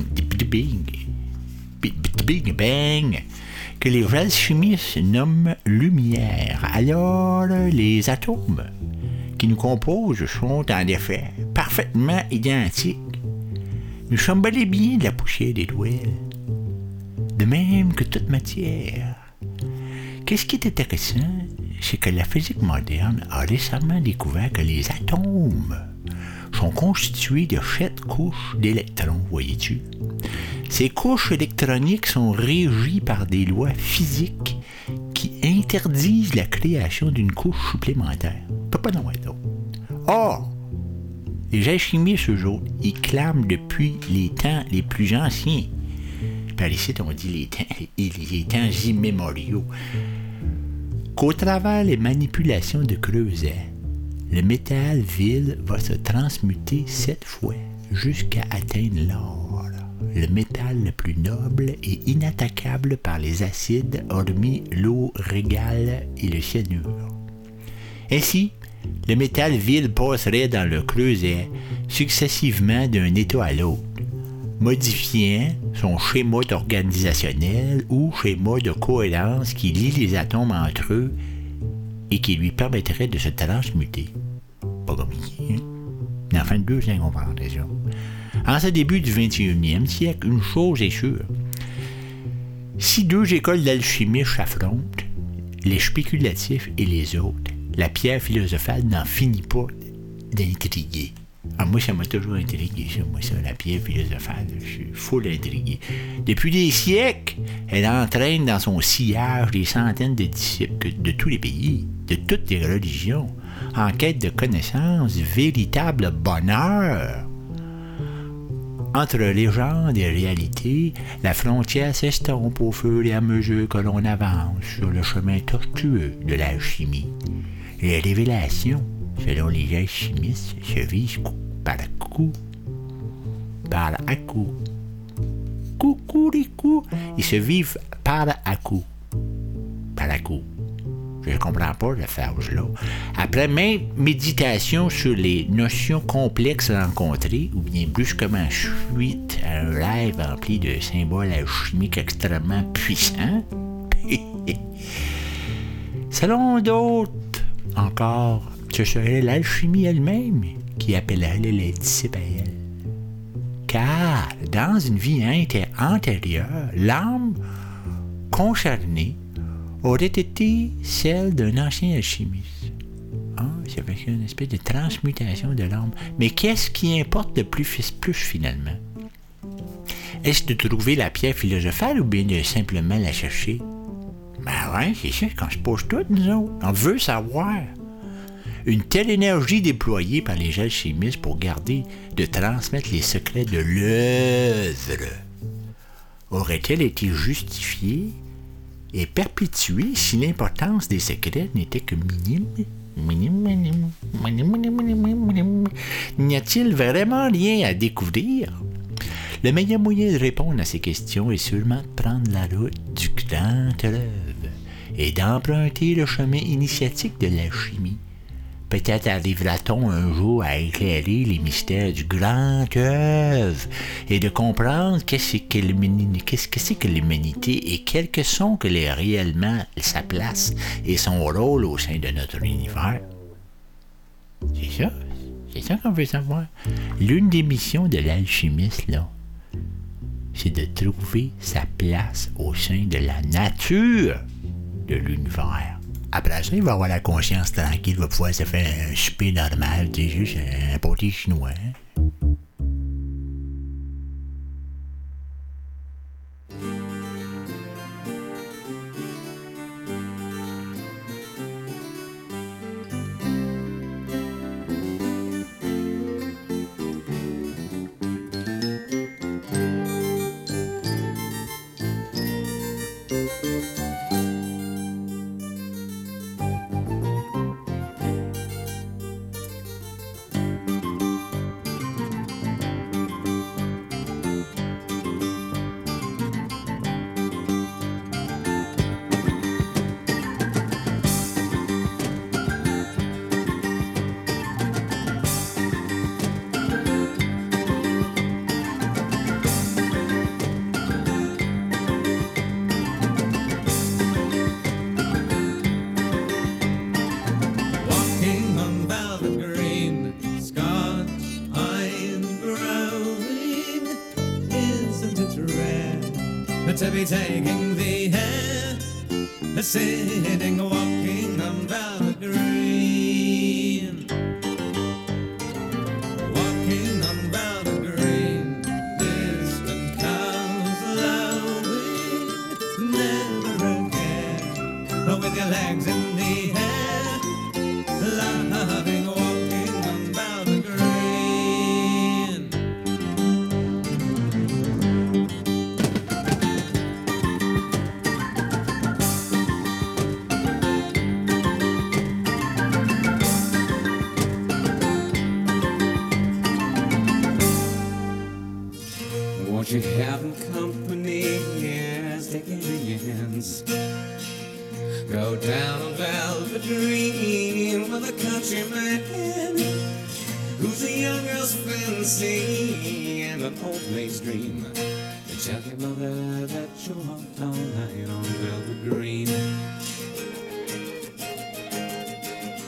Bang, que les alchimistes nomment lumière, alors les atomes qui nous composent sont en effet parfaitement identiques. Nous sommes bel et bien de la poussière d'étoiles, de même que toute matière. Qu'est-ce qui est intéressant, c'est que la physique moderne a récemment découvert que les atomes sont constitués de 7 couches d'électrons, voyez-tu. Ces couches électroniques sont régies par des lois physiques qui interdisent la création d'une couche supplémentaire. Pas non d'autre. Or, les alchimistes, eux autres, ils clament depuis les temps les plus anciens. Par ici, on dit les temps immémoriaux, qu'au travers les manipulations de creuset, le métal vil va se transmuter 7 fois jusqu'à atteindre l'or, le métal le plus noble et inattaquable par les acides, hormis l'eau régale et le cyanure. Ainsi, le métal vil passerait dans le creuset successivement d'un état à l'autre, modifiant son schéma organisationnel ou schéma de cohérence qui lie les atomes entre eux et qui lui permettrait de se transmuter. Pas compliqué, hein? Mais enfin, 2 incompréhensions. En ce début du 21e siècle, une chose est sûre. Si deux écoles d'alchimie s'affrontent, les spéculatifs et les autres, la pierre philosophale n'en finit pas d'intriguer. Moi, ça m'a toujours intrigué, ça, la pierre philosophale. Je suis full intrigué. Depuis des siècles, elle entraîne dans son sillage des centaines de disciples de tous les pays, de toutes les religions, en quête de connaissances, véritable bonheur. Entre légende et réalité, la frontière s'estompe au fur et à mesure que l'on avance sur le chemin tortueux de l'alchimie. Les révélations, selon les alchimistes, se vivent par coup. Par à coup. Coucou. Ils se vivent par à coup. Par à coup. Je ne comprends pas cette phrase-là. Après même méditation sur les notions complexes rencontrées, ou bien brusquement suite à un rêve rempli de symboles alchimiques extrêmement puissants, selon d'autres encore, ce serait l'alchimie elle-même qui appellerait les disciples à elle. Car, dans une vie antérieure, l'âme concernée aurait été celle d'un ancien alchimiste. Ça fait une espèce de transmutation de l'âme. Mais qu'est-ce qui importe de plus finalement? Est-ce de trouver la pierre philosophale ou bien de simplement la chercher? Ben ouais, c'est ça qu'on se pose toutes, nous autres. On veut savoir. Une telle énergie déployée par les alchimistes pour garder, de transmettre les secrets de l'œuvre aurait-elle été justifiée et perpétuée si l'importance des secrets n'était que minime? N'y a-t-il vraiment rien à découvrir? Le meilleur moyen de répondre à ces questions est sûrement de prendre la route du grand rêve et d'emprunter le chemin initiatique de l'alchimie. Peut-être arrivera-t-on un jour à éclairer les mystères du grand œuvre et de comprendre qu'est-ce que l'humanité et quelles que sont réellement sa place et son rôle au sein de notre univers. C'est ça qu'on veut savoir. L'une des missions de l'alchimiste, là, c'est de trouver sa place au sein de la nature de l'univers. Après ça, il va avoir la conscience tranquille, il va pouvoir se faire un souper normal, c'est juste un pâté chinois.
Walking on velvet green, Scotch pine growing. Isn't it rare to be taking the air, sitting, walking on velvet green, walking on velvet green, distant cows lowing, never again, with your legs in the air. Loving walking on velvet green. Won't you have company? Yes, taking hands. Go down a velvet green with a countryman who's a young girl's fancy and an old maid's dream. Tell your mother that you walked all night on velvet green.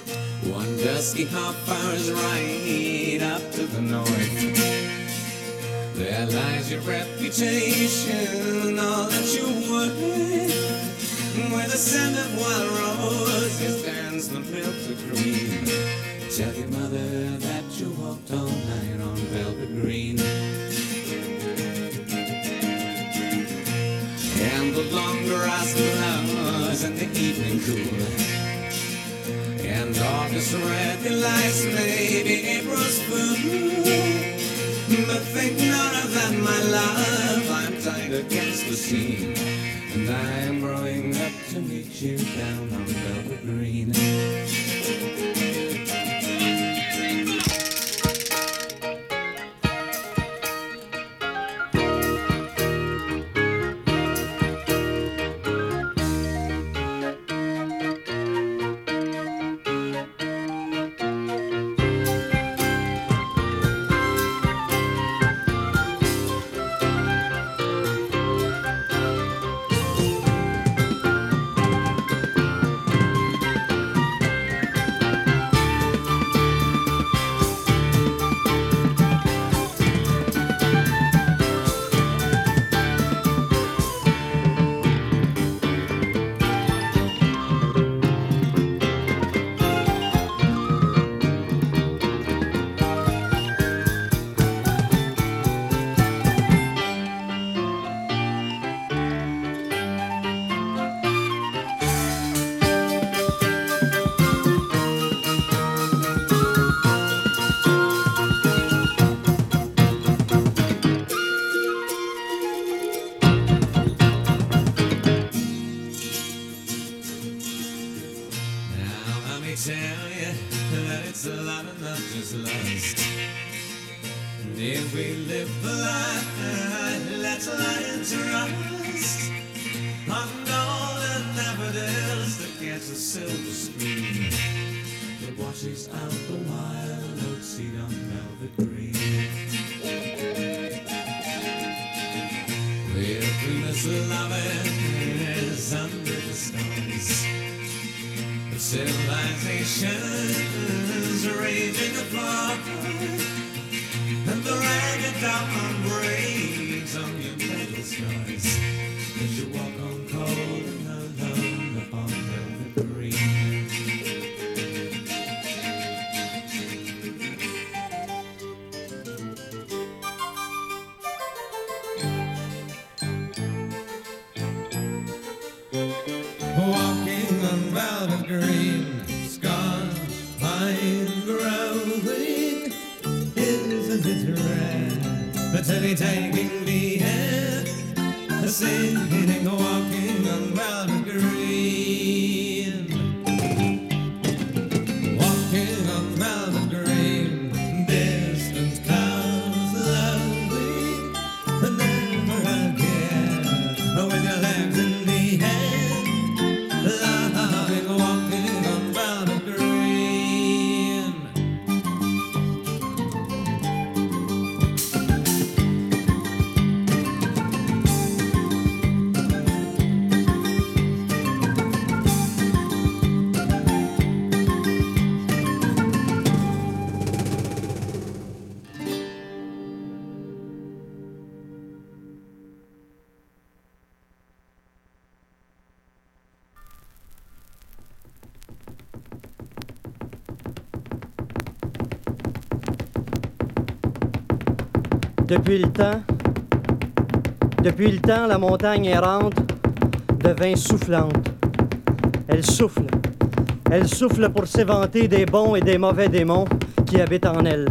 One dusky hop fires right up to the north. There lies your reputation and all that you would. Where the scent of wild roses turns the milk to cream. Tell your mother that you walked all night on velvet green. And the long grass flowers in the evening cool. And August red lights maybe April's fool. But think not of that, my love, I'm tied against the scene. And I am growing up to meet you down on velvet green. If we live the life, let's lie and trust on golden daffodils to catch the silver stream that washes out the wild oat seed on velvet green. Where dreamers loving is under the stars, but civilization's raging apart. And the ragged diamond breaks on your metal scars as you walk on cold and alone upon velvet green. Walking on velvet green, scars pine growing. Isn't it rare? But to be taking the air, singing, walking on velvet green. Walking on velvet green, distant clouds lovely, but never again. With your legs in the air, loving, walking on velvet green.
Depuis le temps, la montagne errante devint soufflante. Elle souffle pour s'éventer des bons et des mauvais démons qui habitent en elle.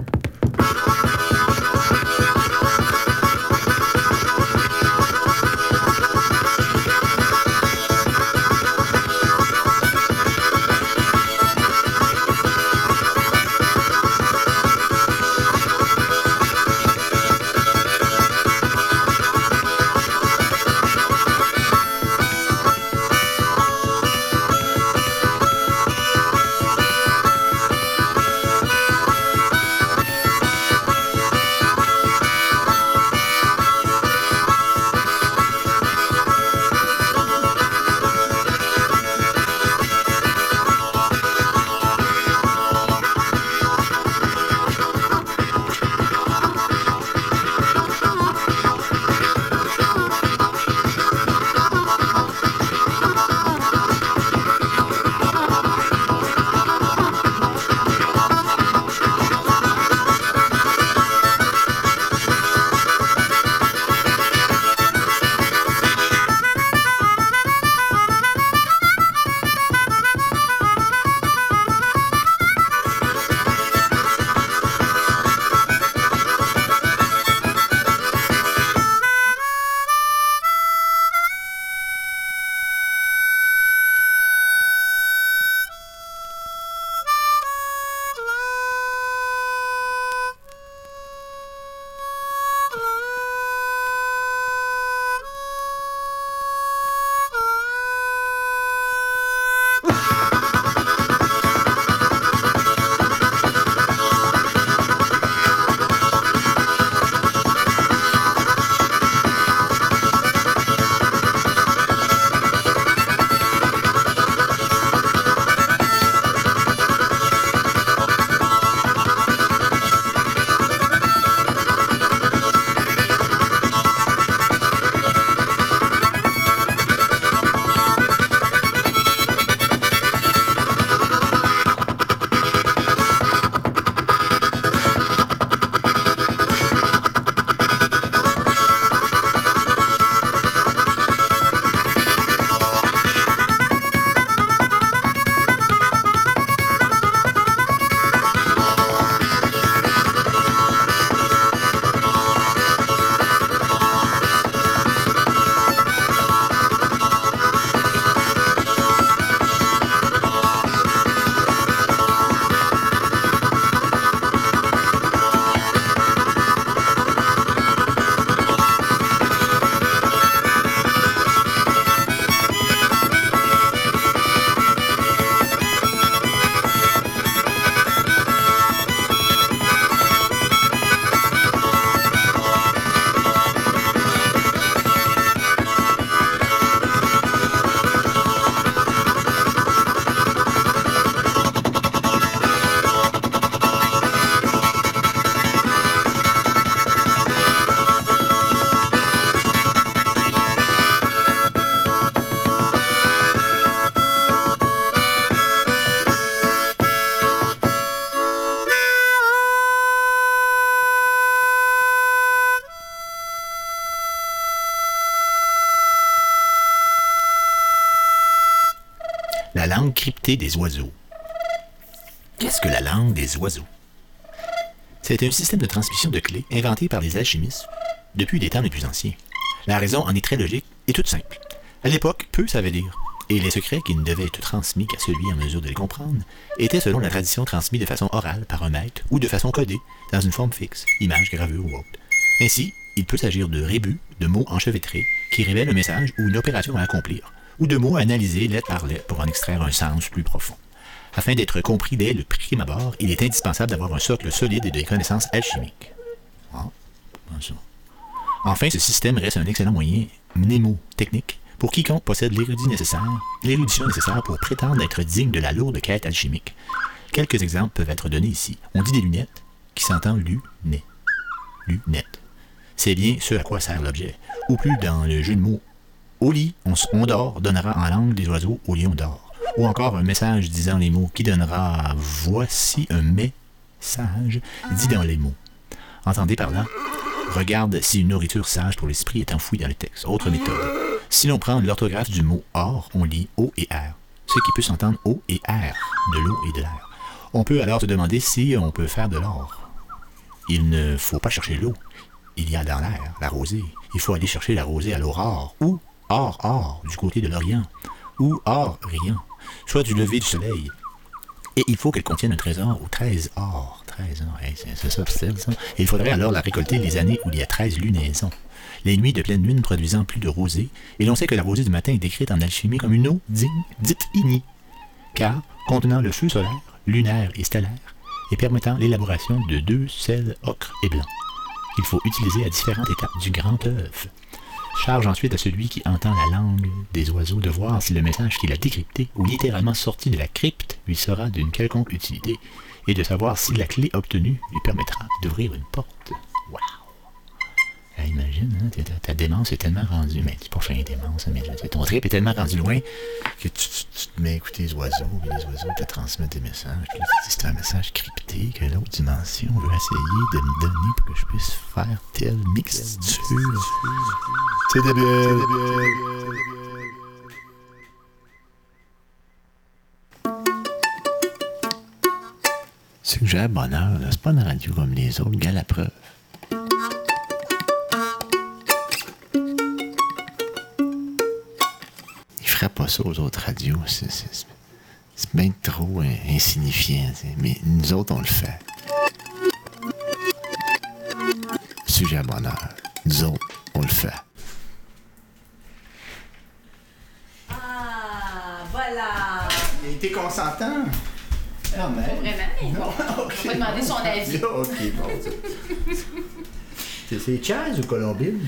La langue cryptée des oiseaux. Qu'est-ce que la langue des oiseaux? C'est un système de transmission de clés inventé par les alchimistes depuis les temps les plus anciens. La raison en est très logique et toute simple. À l'époque, peu savaient lire, et les secrets qui ne devaient être transmis qu'à celui en mesure de les comprendre étaient selon la tradition transmis de façon orale par un maître ou de façon codée dans une forme fixe, image, gravure ou autre. Ainsi, il peut s'agir de rébus, de mots enchevêtrés qui révèlent un message ou une opération à accomplir, ou de mots à analyser lettre par lettre pour en extraire un sens plus profond. Afin d'être compris dès le prime abord, il est indispensable d'avoir un socle solide et des connaissances alchimiques. Ah, ça. Enfin, ce système reste un excellent moyen mnémotechnique pour quiconque possède l'érudition nécessaire pour prétendre être digne de la lourde quête alchimique. Quelques exemples peuvent être donnés ici. On dit des lunettes, qui s'entend lunettes. Lunettes. C'est bien ce à quoi sert l'objet. Ou plus dans le jeu de mots, au lit, on dort, donnera en langue des oiseaux, au lit on dort. Ou encore un message disant les mots qui donnera voici un message dit dans les mots. Entendez par là, regarde si une nourriture sage pour l'esprit est enfouie dans le texte. Autre méthode. Si l'on prend l'orthographe du mot or, on lit O et R, ce qui peut s'entendre O et R, de l'eau et de l'air. On peut alors se demander si on peut faire de l'or. Il ne faut pas chercher l'eau. Il y a dans l'air la rosée. Il faut aller chercher la rosée à l'aurore, ou or, du côté de l'Orient, ou or, riant, soit du lever du soleil. Et il faut qu'elle contienne un trésor ou 13 or. 13 or, hey, c'est ça, ça. Et il faudrait alors la récolter les années où il y a 13 lunaisons. Les nuits de pleine lune produisant plus de rosée, et l'on sait que la rosée du matin est décrite en alchimie comme une eau dite inie, car contenant le feu solaire, lunaire et stellaire, et permettant l'élaboration de 2 sels ocre et blanc. Il faut utiliser à différentes étapes du grand œuf. Charge ensuite à celui qui entend la langue des oiseaux de voir si le message qu'il a décrypté ou littéralement sorti de la crypte lui sera d'une quelconque utilité et de savoir si la clé obtenue lui permettra d'ouvrir une porte. Wow! Là, imagine, hein, ta démence est tellement rendue, mais c'est pas fin démence, mais ton trip est tellement rendu loin que tu te mets à écouter les oiseaux, et les oiseaux te transmettent des messages. Puis c'est un message crypté que l'autre dimension veut essayer de me donner pour que je puisse faire telle mixture. C'est débile. Suggère bonheur, là, c'est pas une radio comme les autres, gars la preuve. Il ferait pas ça aux autres radios, c'est bien trop insignifiant, mais nous autres on le fait. Sujet à bonheur, nous autres on le fait.
Ah, voilà.
Il était consentant.
Pas vraiment, mais bon.
Okay,
On va demander son avis.
Ok, bon. C'est Chaz ou Colombine?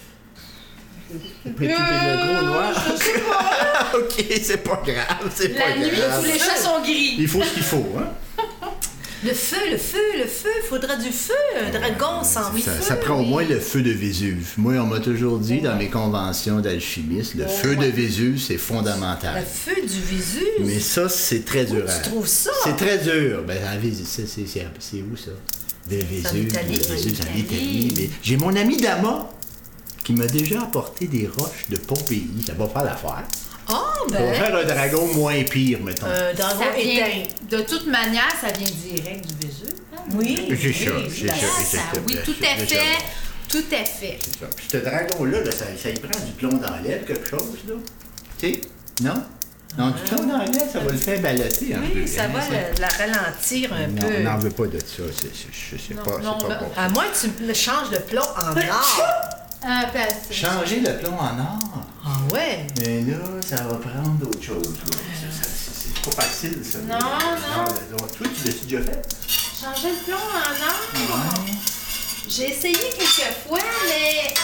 Le gros noir. Ok, c'est pas grave, c'est pas grave.
La nuit, tous les chats sont gris.
Il faut ce qu'il faut, hein?
Le feu, faudra du feu, un dragon sans feu.
Ça prend au moins le feu de Vésuve. Moi, on m'a toujours dit dans mes conventions d'alchimiste, le feu de Vésuve, c'est fondamental.
Le feu du Vésuve?
Mais ça, c'est très dur.
Tu trouves ça?
C'est très dur. Ben, c'est où ça? De Vésuve.
C'est
en Italie. Mais j'ai mon ami Dama qui m'a déjà apporté des roches de Pompéi. Ça va faire l'affaire.
Ah,
On va faire un dragon moins pire, mettons.
Un dragon
Ça vient,
éteint.
de toute manière, ça vient direct du Vésuve. Hein?
Oui.
C'est ça.
Oui, tout à fait. Tout à fait.
C'est ça. Puis ce dragon-là, ça y prend du plomb dans l'aile, quelque chose, là. Tu sais? Non? Non, du plomb dans l'aile, ça va le faire balloter un peu.
Oui, ça va la ralentir un
Non,
peu.
on n'en veut pas de ça. Je sais pas,
non,
c'est pas
ben-
bon.
À moins que tu le changes de plomb en or.
Changer le plomb en or?
Ah ouais?
Mais là, ça va prendre d'autres choses. Là. C'est pas facile, ça.
Non.
Toi, tu l'as-tu déjà fait?
Changer le plomb en or?
Ouais.
J'ai essayé quelques fois, mais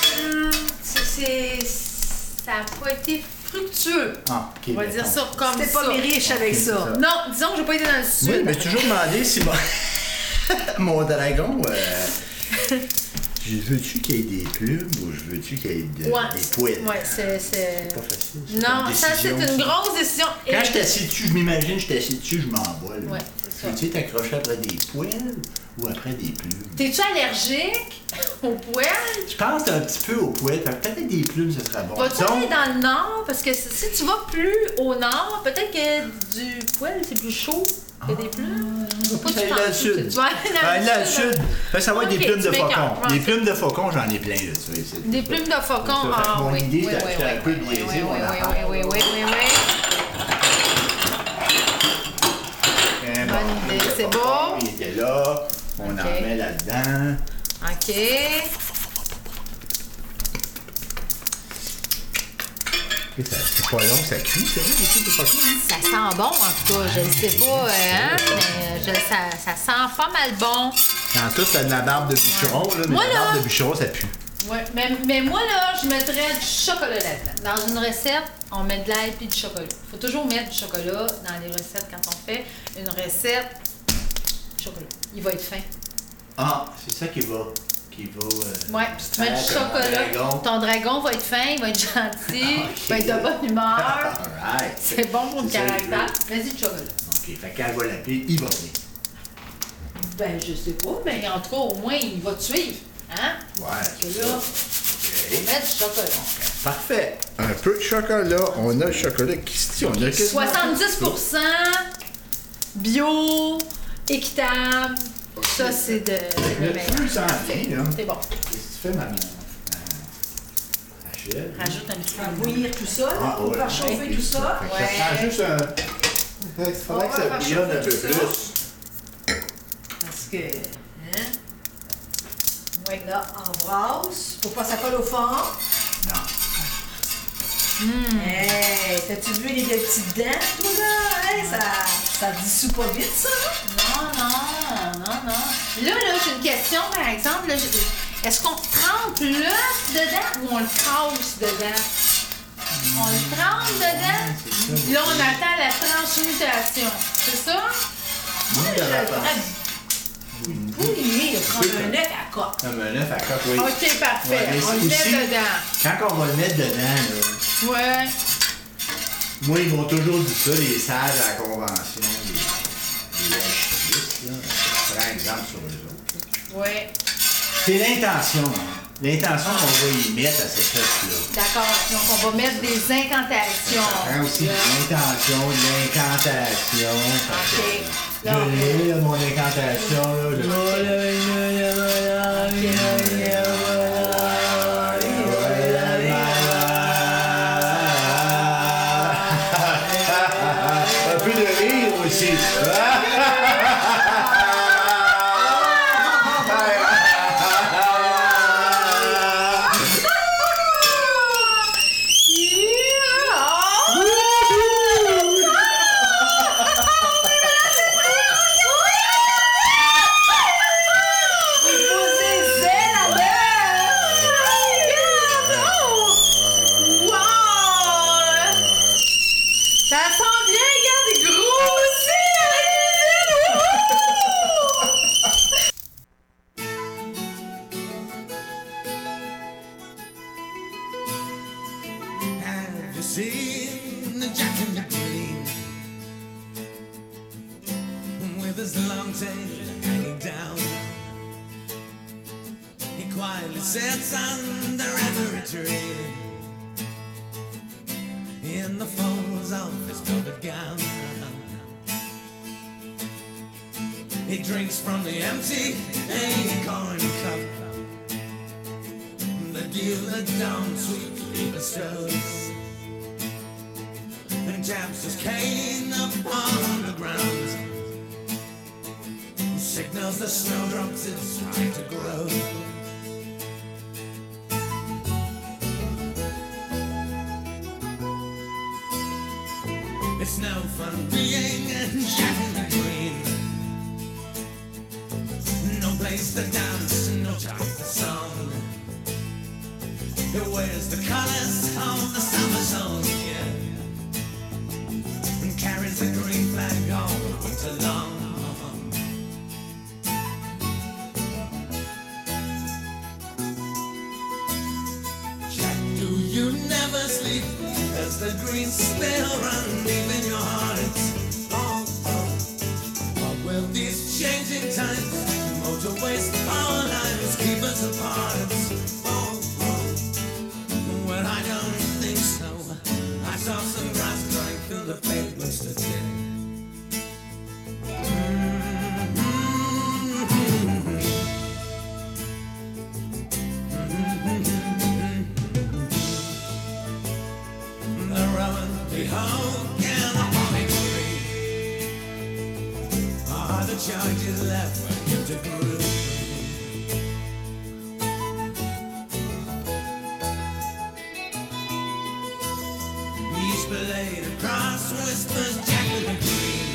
ça n'a pas été fructueux.
Ah, ok.
On va dire ça comme
T'es
ça.
pas mis riche avec
Ok,
ça.
ça.
Non, disons que j'ai pas été dans le sud.
Oui, mais toujours demandé si mon dragon... Je veux-tu qu'il y ait des plumes ou je veux-tu qu'il y ait des poils?
Ouais, c'est...
C'est pas facile. C'est
Non,
une
ça, c'est
décision,
une
ça.
grosse décision. Et-
Quand je t'assieds dessus, je m'imagine, je t'assieds dessus, je m'envole.
Ouais, c'est ça.
Veux-tu t'accrocher après des poils ou après des plumes?
T'es-tu allergique aux poils?
Je pense un petit peu aux poils. Peut-être des plumes, ce serait bon.
Vas-tu
Donc,
aller dans le nord? Parce que si tu vas plus au nord, peut-être que du poil, c'est plus chaud que des plumes. Faut pas que
ça
tu
va dans le
penses-
sud.
Tu vas aller
Dans le sud. Fait que ça va être
Ok,
des plumes de
tu
faucon.
m'écartes,
Des
ouais.
plumes de faucon, j'en ai plein, là, tu vois. c'est-
Des plumes de faucon,
Fait que
ah
mon
oui.
idée,
Oui,
c'était
oui,
un
oui,
peu
oui,
biaisé,
oui,
mon
oui,
affaire.
oui, oui, oui, oui.
Hein,
Bonne
bon,
idée,
le
c'est
faucon,
beau.
Il était là. On
Ok.
en met là-dedans.
OK.
C'est pas long, ça cuit, ça, les trucs de faucon, hein?
Ça sent bon, en tout cas. Je ne sais pas, hein, mais ça sent pas mal bon.
Dans tout, c'est de la barbe de bûcheron, là, mais
Moi,
la
là-
barbe de bûcheron, ça pue.
Ouais, mais moi, là, je mettrais du chocolat là-dedans. Dans une recette, on met de l'ail puis du chocolat. Il faut toujours mettre du chocolat dans les recettes quand on fait une recette. Chocolat. Il va être fin.
Ah, c'est ça qui va.
Ouais, puis tu mets du chocolat. Ton dragon va être fin, il va être gentil, il va être de bonne humeur.
Alright.
C'est bon pour le
C'est ça,
caractère. Vas-y, du chocolat.
OK, fait qu'elle va l'appeler, il va venir.
Ben, je sais pas, mais en tout cas, au moins, il va te suivre. Hein?
Ouais,
Parce que
c'est
là,
ça.
on va mettre du chocolat.
Parfait. Un peu de chocolat. On a le chocolat qui se dit. On a quasiment
70% bio, équitable. Ça, c'est de
Le
meilleur.
feu s'en vient, là.
C'est bon.
Qu'est-ce que tu fais, maman? Rachel?
Rajoute un petit
À
peu.
bouillir tout ça, là,
Ah,
pour
ouais.
faire chauffer tout ça.
Fait que
Ouais.
ça prend juste un... Il faudrait que ça
va faire
bouillonne un peu
chauffer
plus.
ça. Parce que, hein, ouais, là, on brasse. Faut pas que ça colle au fond.
Non.
Hey, t'as-tu vu les petites dents, toi, là? Hey, ça dissout pas vite, ça?
Non. Là, j'ai une question, par exemple. Là, est-ce qu'on trempe l'œuf dedans ou on le casse dedans? On le trempe dedans. Là, on attend la transmutation. C'est ça?
Moi, je le ferais bouillir, prendre un œuf à coque.
Comme un œuf à coque, oui.
OK, parfait.
Ouais, mais
On le
aussi,
met dedans.
Quand on va le mettre dedans, là,
Ouais.
moi, ils m'ont toujours dit ça, les sages à la convention, les archivistes, là. Je prends exemple sur eux autres.
Ouais.
C'est l'intention, hein. L'intention qu'on va y mettre à cette œuf-là.
D'accord. Donc, on va mettre des incantations.
Ça prend aussi de
Là.
l'intention, de l'incantation.
OK. Là,
Je l'ai, là, mon incantation, là. Un peu de rire aussi.
Ça sent bien, regarde, des gros aussi à la
Have you seen the Jack in the Green with his long tail hanging down? He quietly sits under every tree in the folds of his velvet gown. He drinks from the empty acorn cup that dealer down sweetly bestows, and taps his cane upon the ground, signals the snowdrops it's time to grow. It's no fun being Jack in the Green. No place to dance, no time for song. He wears the colors of the summer song, yeah, and carries the green flag all winter long.
does the green still run deep in your heart? Oh, oh. Or will these changing times, motorways, our lives keep us apart? Oh, oh. Well, I don't think so. I saw some grass growing through the pavements today. How can a holly tree are the charges left for him to prove? Each blade across whispers Jacqueline Green.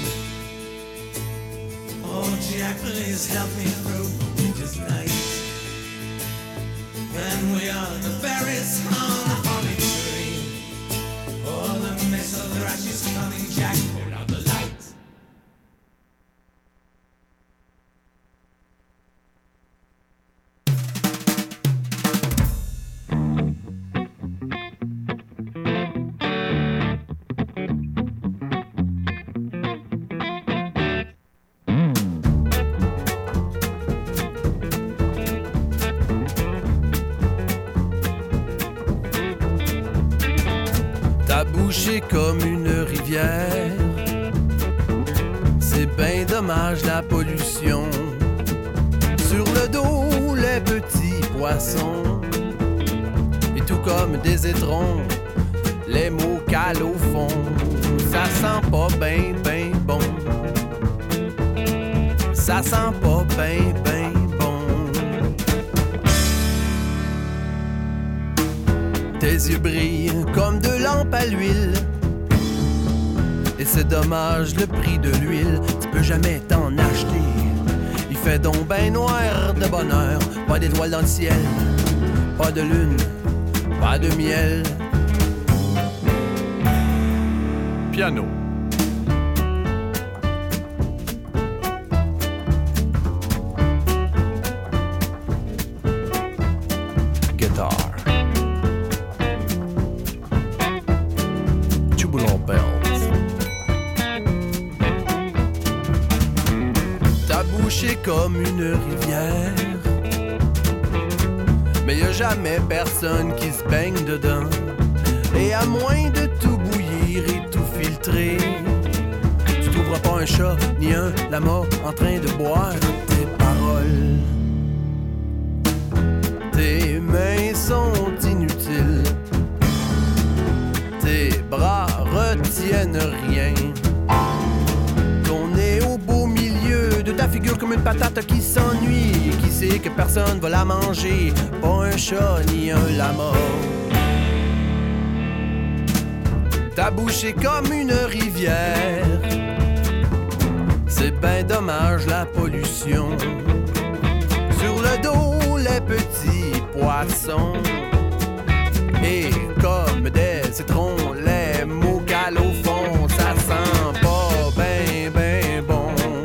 Oh, Jack, please help me through the winter's night. And we are the berries on the holly tree. Oh, the mist of the rush is coming, Jack, put out the light.
Bouché comme une rivière. C'est ben dommage la pollution. Sur le dos, les petits poissons. Et tout comme des étrons, les mots calent au fond. Ça sent pas ben, ben bon. Ça sent pas ben, ben bon. Tes yeux brillent comme deux lampes à l'huile. Et c'est dommage le prix de l'huile, tu peux jamais t'en acheter. Il fait donc ben noir de bonheur, pas d'étoiles dans le ciel, pas de lune, pas de miel. Piano. Comme une rivière, mais y a jamais personne qui se baigne dedans. Et à moins de tout bouillir et tout filtrer, tu trouveras pas un chat ni un lama en train de boire tes paroles. Tes mains sont inutiles, tes bras retiennent rien. De ta figure comme une patate qui s'ennuie, qui sait que personne va la manger, pas un chat ni un lama. Ta bouche est comme une rivière, c'est ben dommage la pollution. Sur le dos les petits poissons, et comme des citrons, les mots calent au fond, ça sent pas ben ben bon.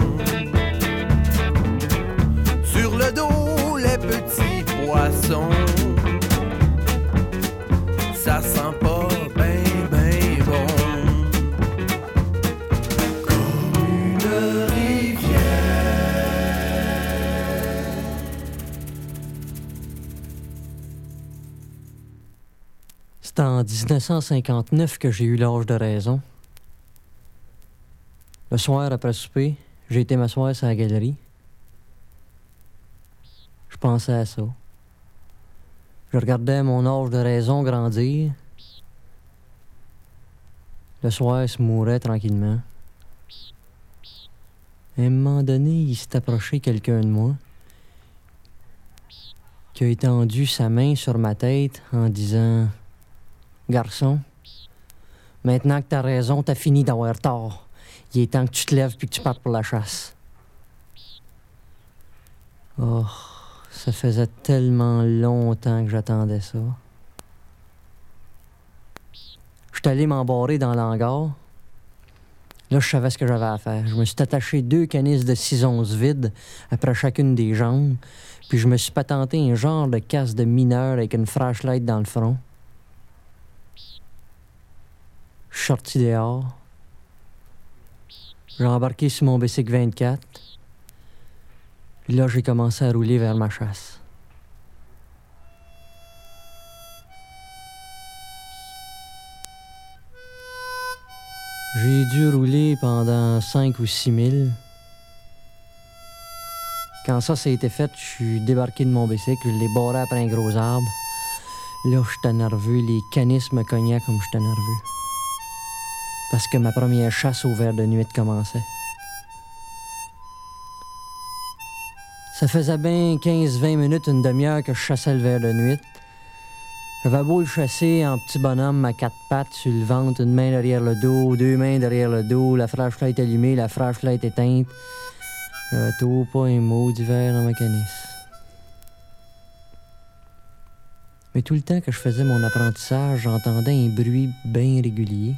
Le dos, les petits poissons, ça sent pas ben ben bon. Comme une rivière.
C'est en 1959 que j'ai eu l'âge de raison. Le soir après souper, j'ai été m'asseoir sur la galerie. Je pensais à ça. Je regardais mon âge de raison grandir. Le soir se mourait tranquillement. À un moment donné, il s'est approché quelqu'un de moi qui a étendu sa main sur ma tête en disant « Garçon, maintenant que t'as raison, t'as fini d'avoir tort. Il est temps que tu te lèves puis que tu partes pour la chasse. » Oh... Ça faisait tellement longtemps que j'attendais ça. J'étais allé m'embarrer dans l'hangar. Là, je savais ce que j'avais à faire. Je me suis attaché 2 canisses de 6 onces vides après chacune des jambes, puis je me suis patenté un genre de casque de mineur avec une flashlight dans le front. Je suis sorti dehors. J'ai embarqué sur mon bicycle 24. Puis là, j'ai commencé à rouler vers ma chasse. J'ai dû rouler pendant 5 ou 6 milles. Quand ça a été fait, je suis débarqué de mon bicycle, je l'ai barré après un gros arbre. Là, j'étais nerveux, les canisses me cognaient comme j'étais nerveux. Parce que ma première chasse au ver de nuit commençait. Ça faisait bien 15-20 minutes, une demi-heure que je chassais le ver de nuit. J'avais beau le chasser en petit bonhomme à 4 pattes sur le ventre, une main derrière le dos, 2 mains derrière le dos, la flashlight allumée, la flashlight éteinte. J'avais tout pas un mot d'hiver dans ma canisse. Mais tout le temps que je faisais mon apprentissage, j'entendais un bruit bien régulier.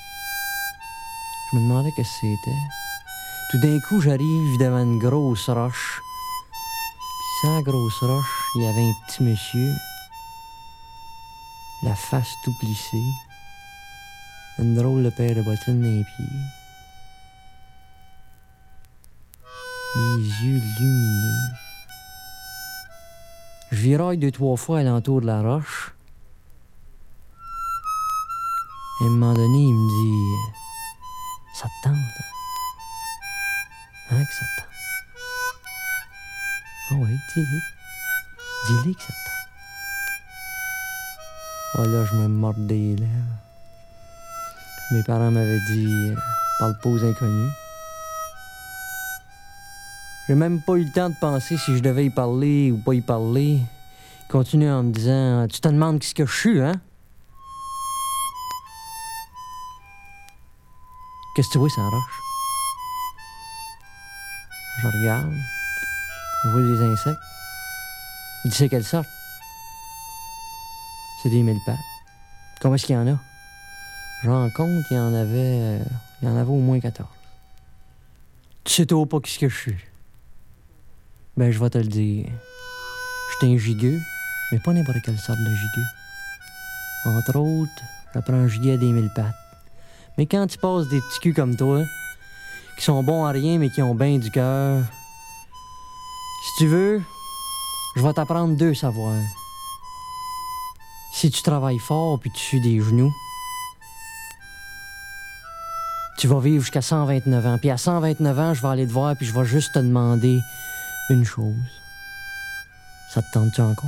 Je me demandais ce que c'était. Tout d'un coup, j'arrive devant une grosse roche. Puis sur la grosse roche, il y avait un petit monsieur, la face tout plissée, une drôle de paire de bottines dans les pieds, des yeux lumineux. Je viraille 2-3 fois alentour de la roche. Et à un moment donné, il me dit « Ça te tente, hein? Hein, que ça te tente? Ah oui, dis-le. Dis-le que ça te tente. » Ah là, je me mordais les lèvres. Mes parents m'avaient dit parle pas aux inconnus. J'ai même pas eu le temps de penser si je devais y parler ou pas y parler. Il continue en me disant tu te demandes qui ce que je suis, hein? Qu'est-ce que tu vois, ça roche? Je regarde. Je vois des insectes. Il dit c'est quelle sorte? C'est des mille-pattes. Combien est-ce qu'il y en a? J'en compte, il y en avait au moins 14. Tu sais toi pas qui ce que je suis? Ben, je vais te le dire. J'étais un gigueux, mais pas n'importe quelle sorte de gigueux. Entre autres, j'apprends un gigue à des mille-pattes. Mais quand tu passes des petits culs comme toi, qui sont bons à rien, mais qui ont bien du cœur, si tu veux, je vais t'apprendre 2 savoirs. Si tu travailles fort puis tu sues des genoux, tu vas vivre jusqu'à 129 ans. Puis à 129 ans, je vais aller te voir puis je vais juste te demander une chose. Ça te tente-tu encore?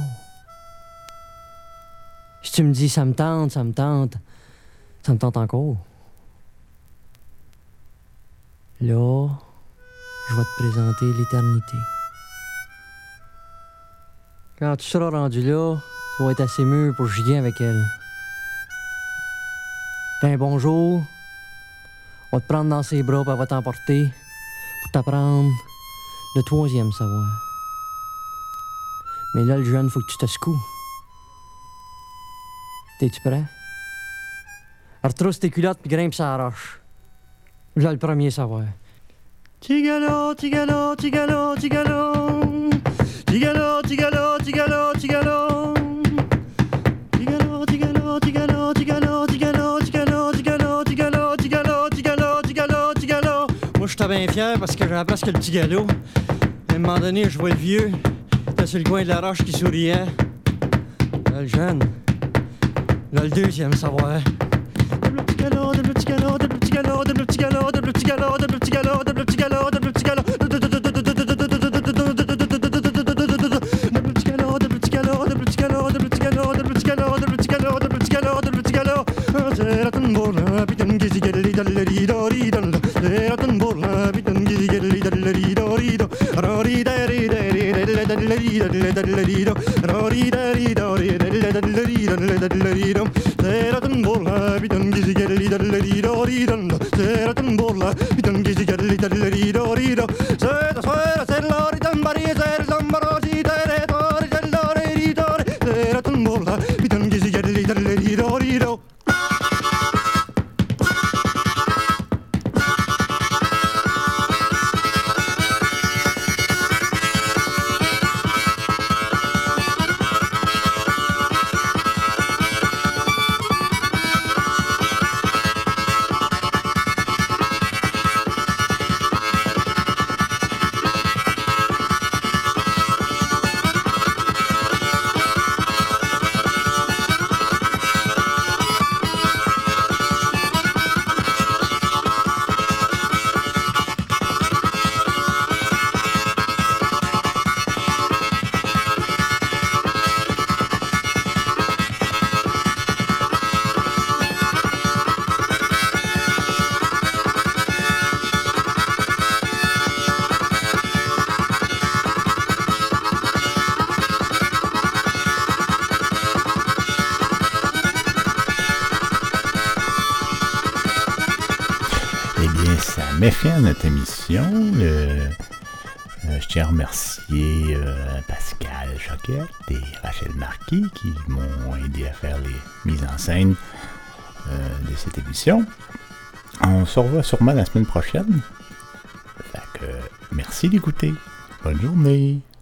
Si tu me dis ça me tente, ça me tente encore. Là, je vais te présenter l'éternité. Quand tu seras rendu là, tu vas être assez mûr pour giguer avec elle. Ben bonjour, on va te prendre dans ses bras, puis elle va t'emporter pour t'apprendre le 3e savoir. Mais là, le jeune, faut que tu te secoues. T'es-tu prêt? Retrousse tes culottes puis grimpe sur la roche. Là, le premier savoir. Tigalo, tigalo, tigalo, tigalo. Tigalo, tigalo, tigalo, tigalo. Tigalo, tigalo, tigalo, tigalo, tigalo, tigalo, tigalo, tigalo, tigalo, tigalo, tigalo, tigalo. Moi, j'étais bien fier parce que j'avais presque le petit galop. À un moment donné, je vois le vieux. Il était sur le coin de la roche qui souriait. Là, le jeune. Là, le 2e savoir. Le petit galop, le petit galop, le petit galop, le petit galop, le petit galop, le petit galop, le petit galop, le petit galop.
met fin à notre émission. Je tiens à remercier Pascal Choquette et Rachel Marquis qui m'ont aidé à faire les mises en scène de cette émission. On se revoit sûrement la semaine prochaine. Fait que merci d'écouter. Bonne journée.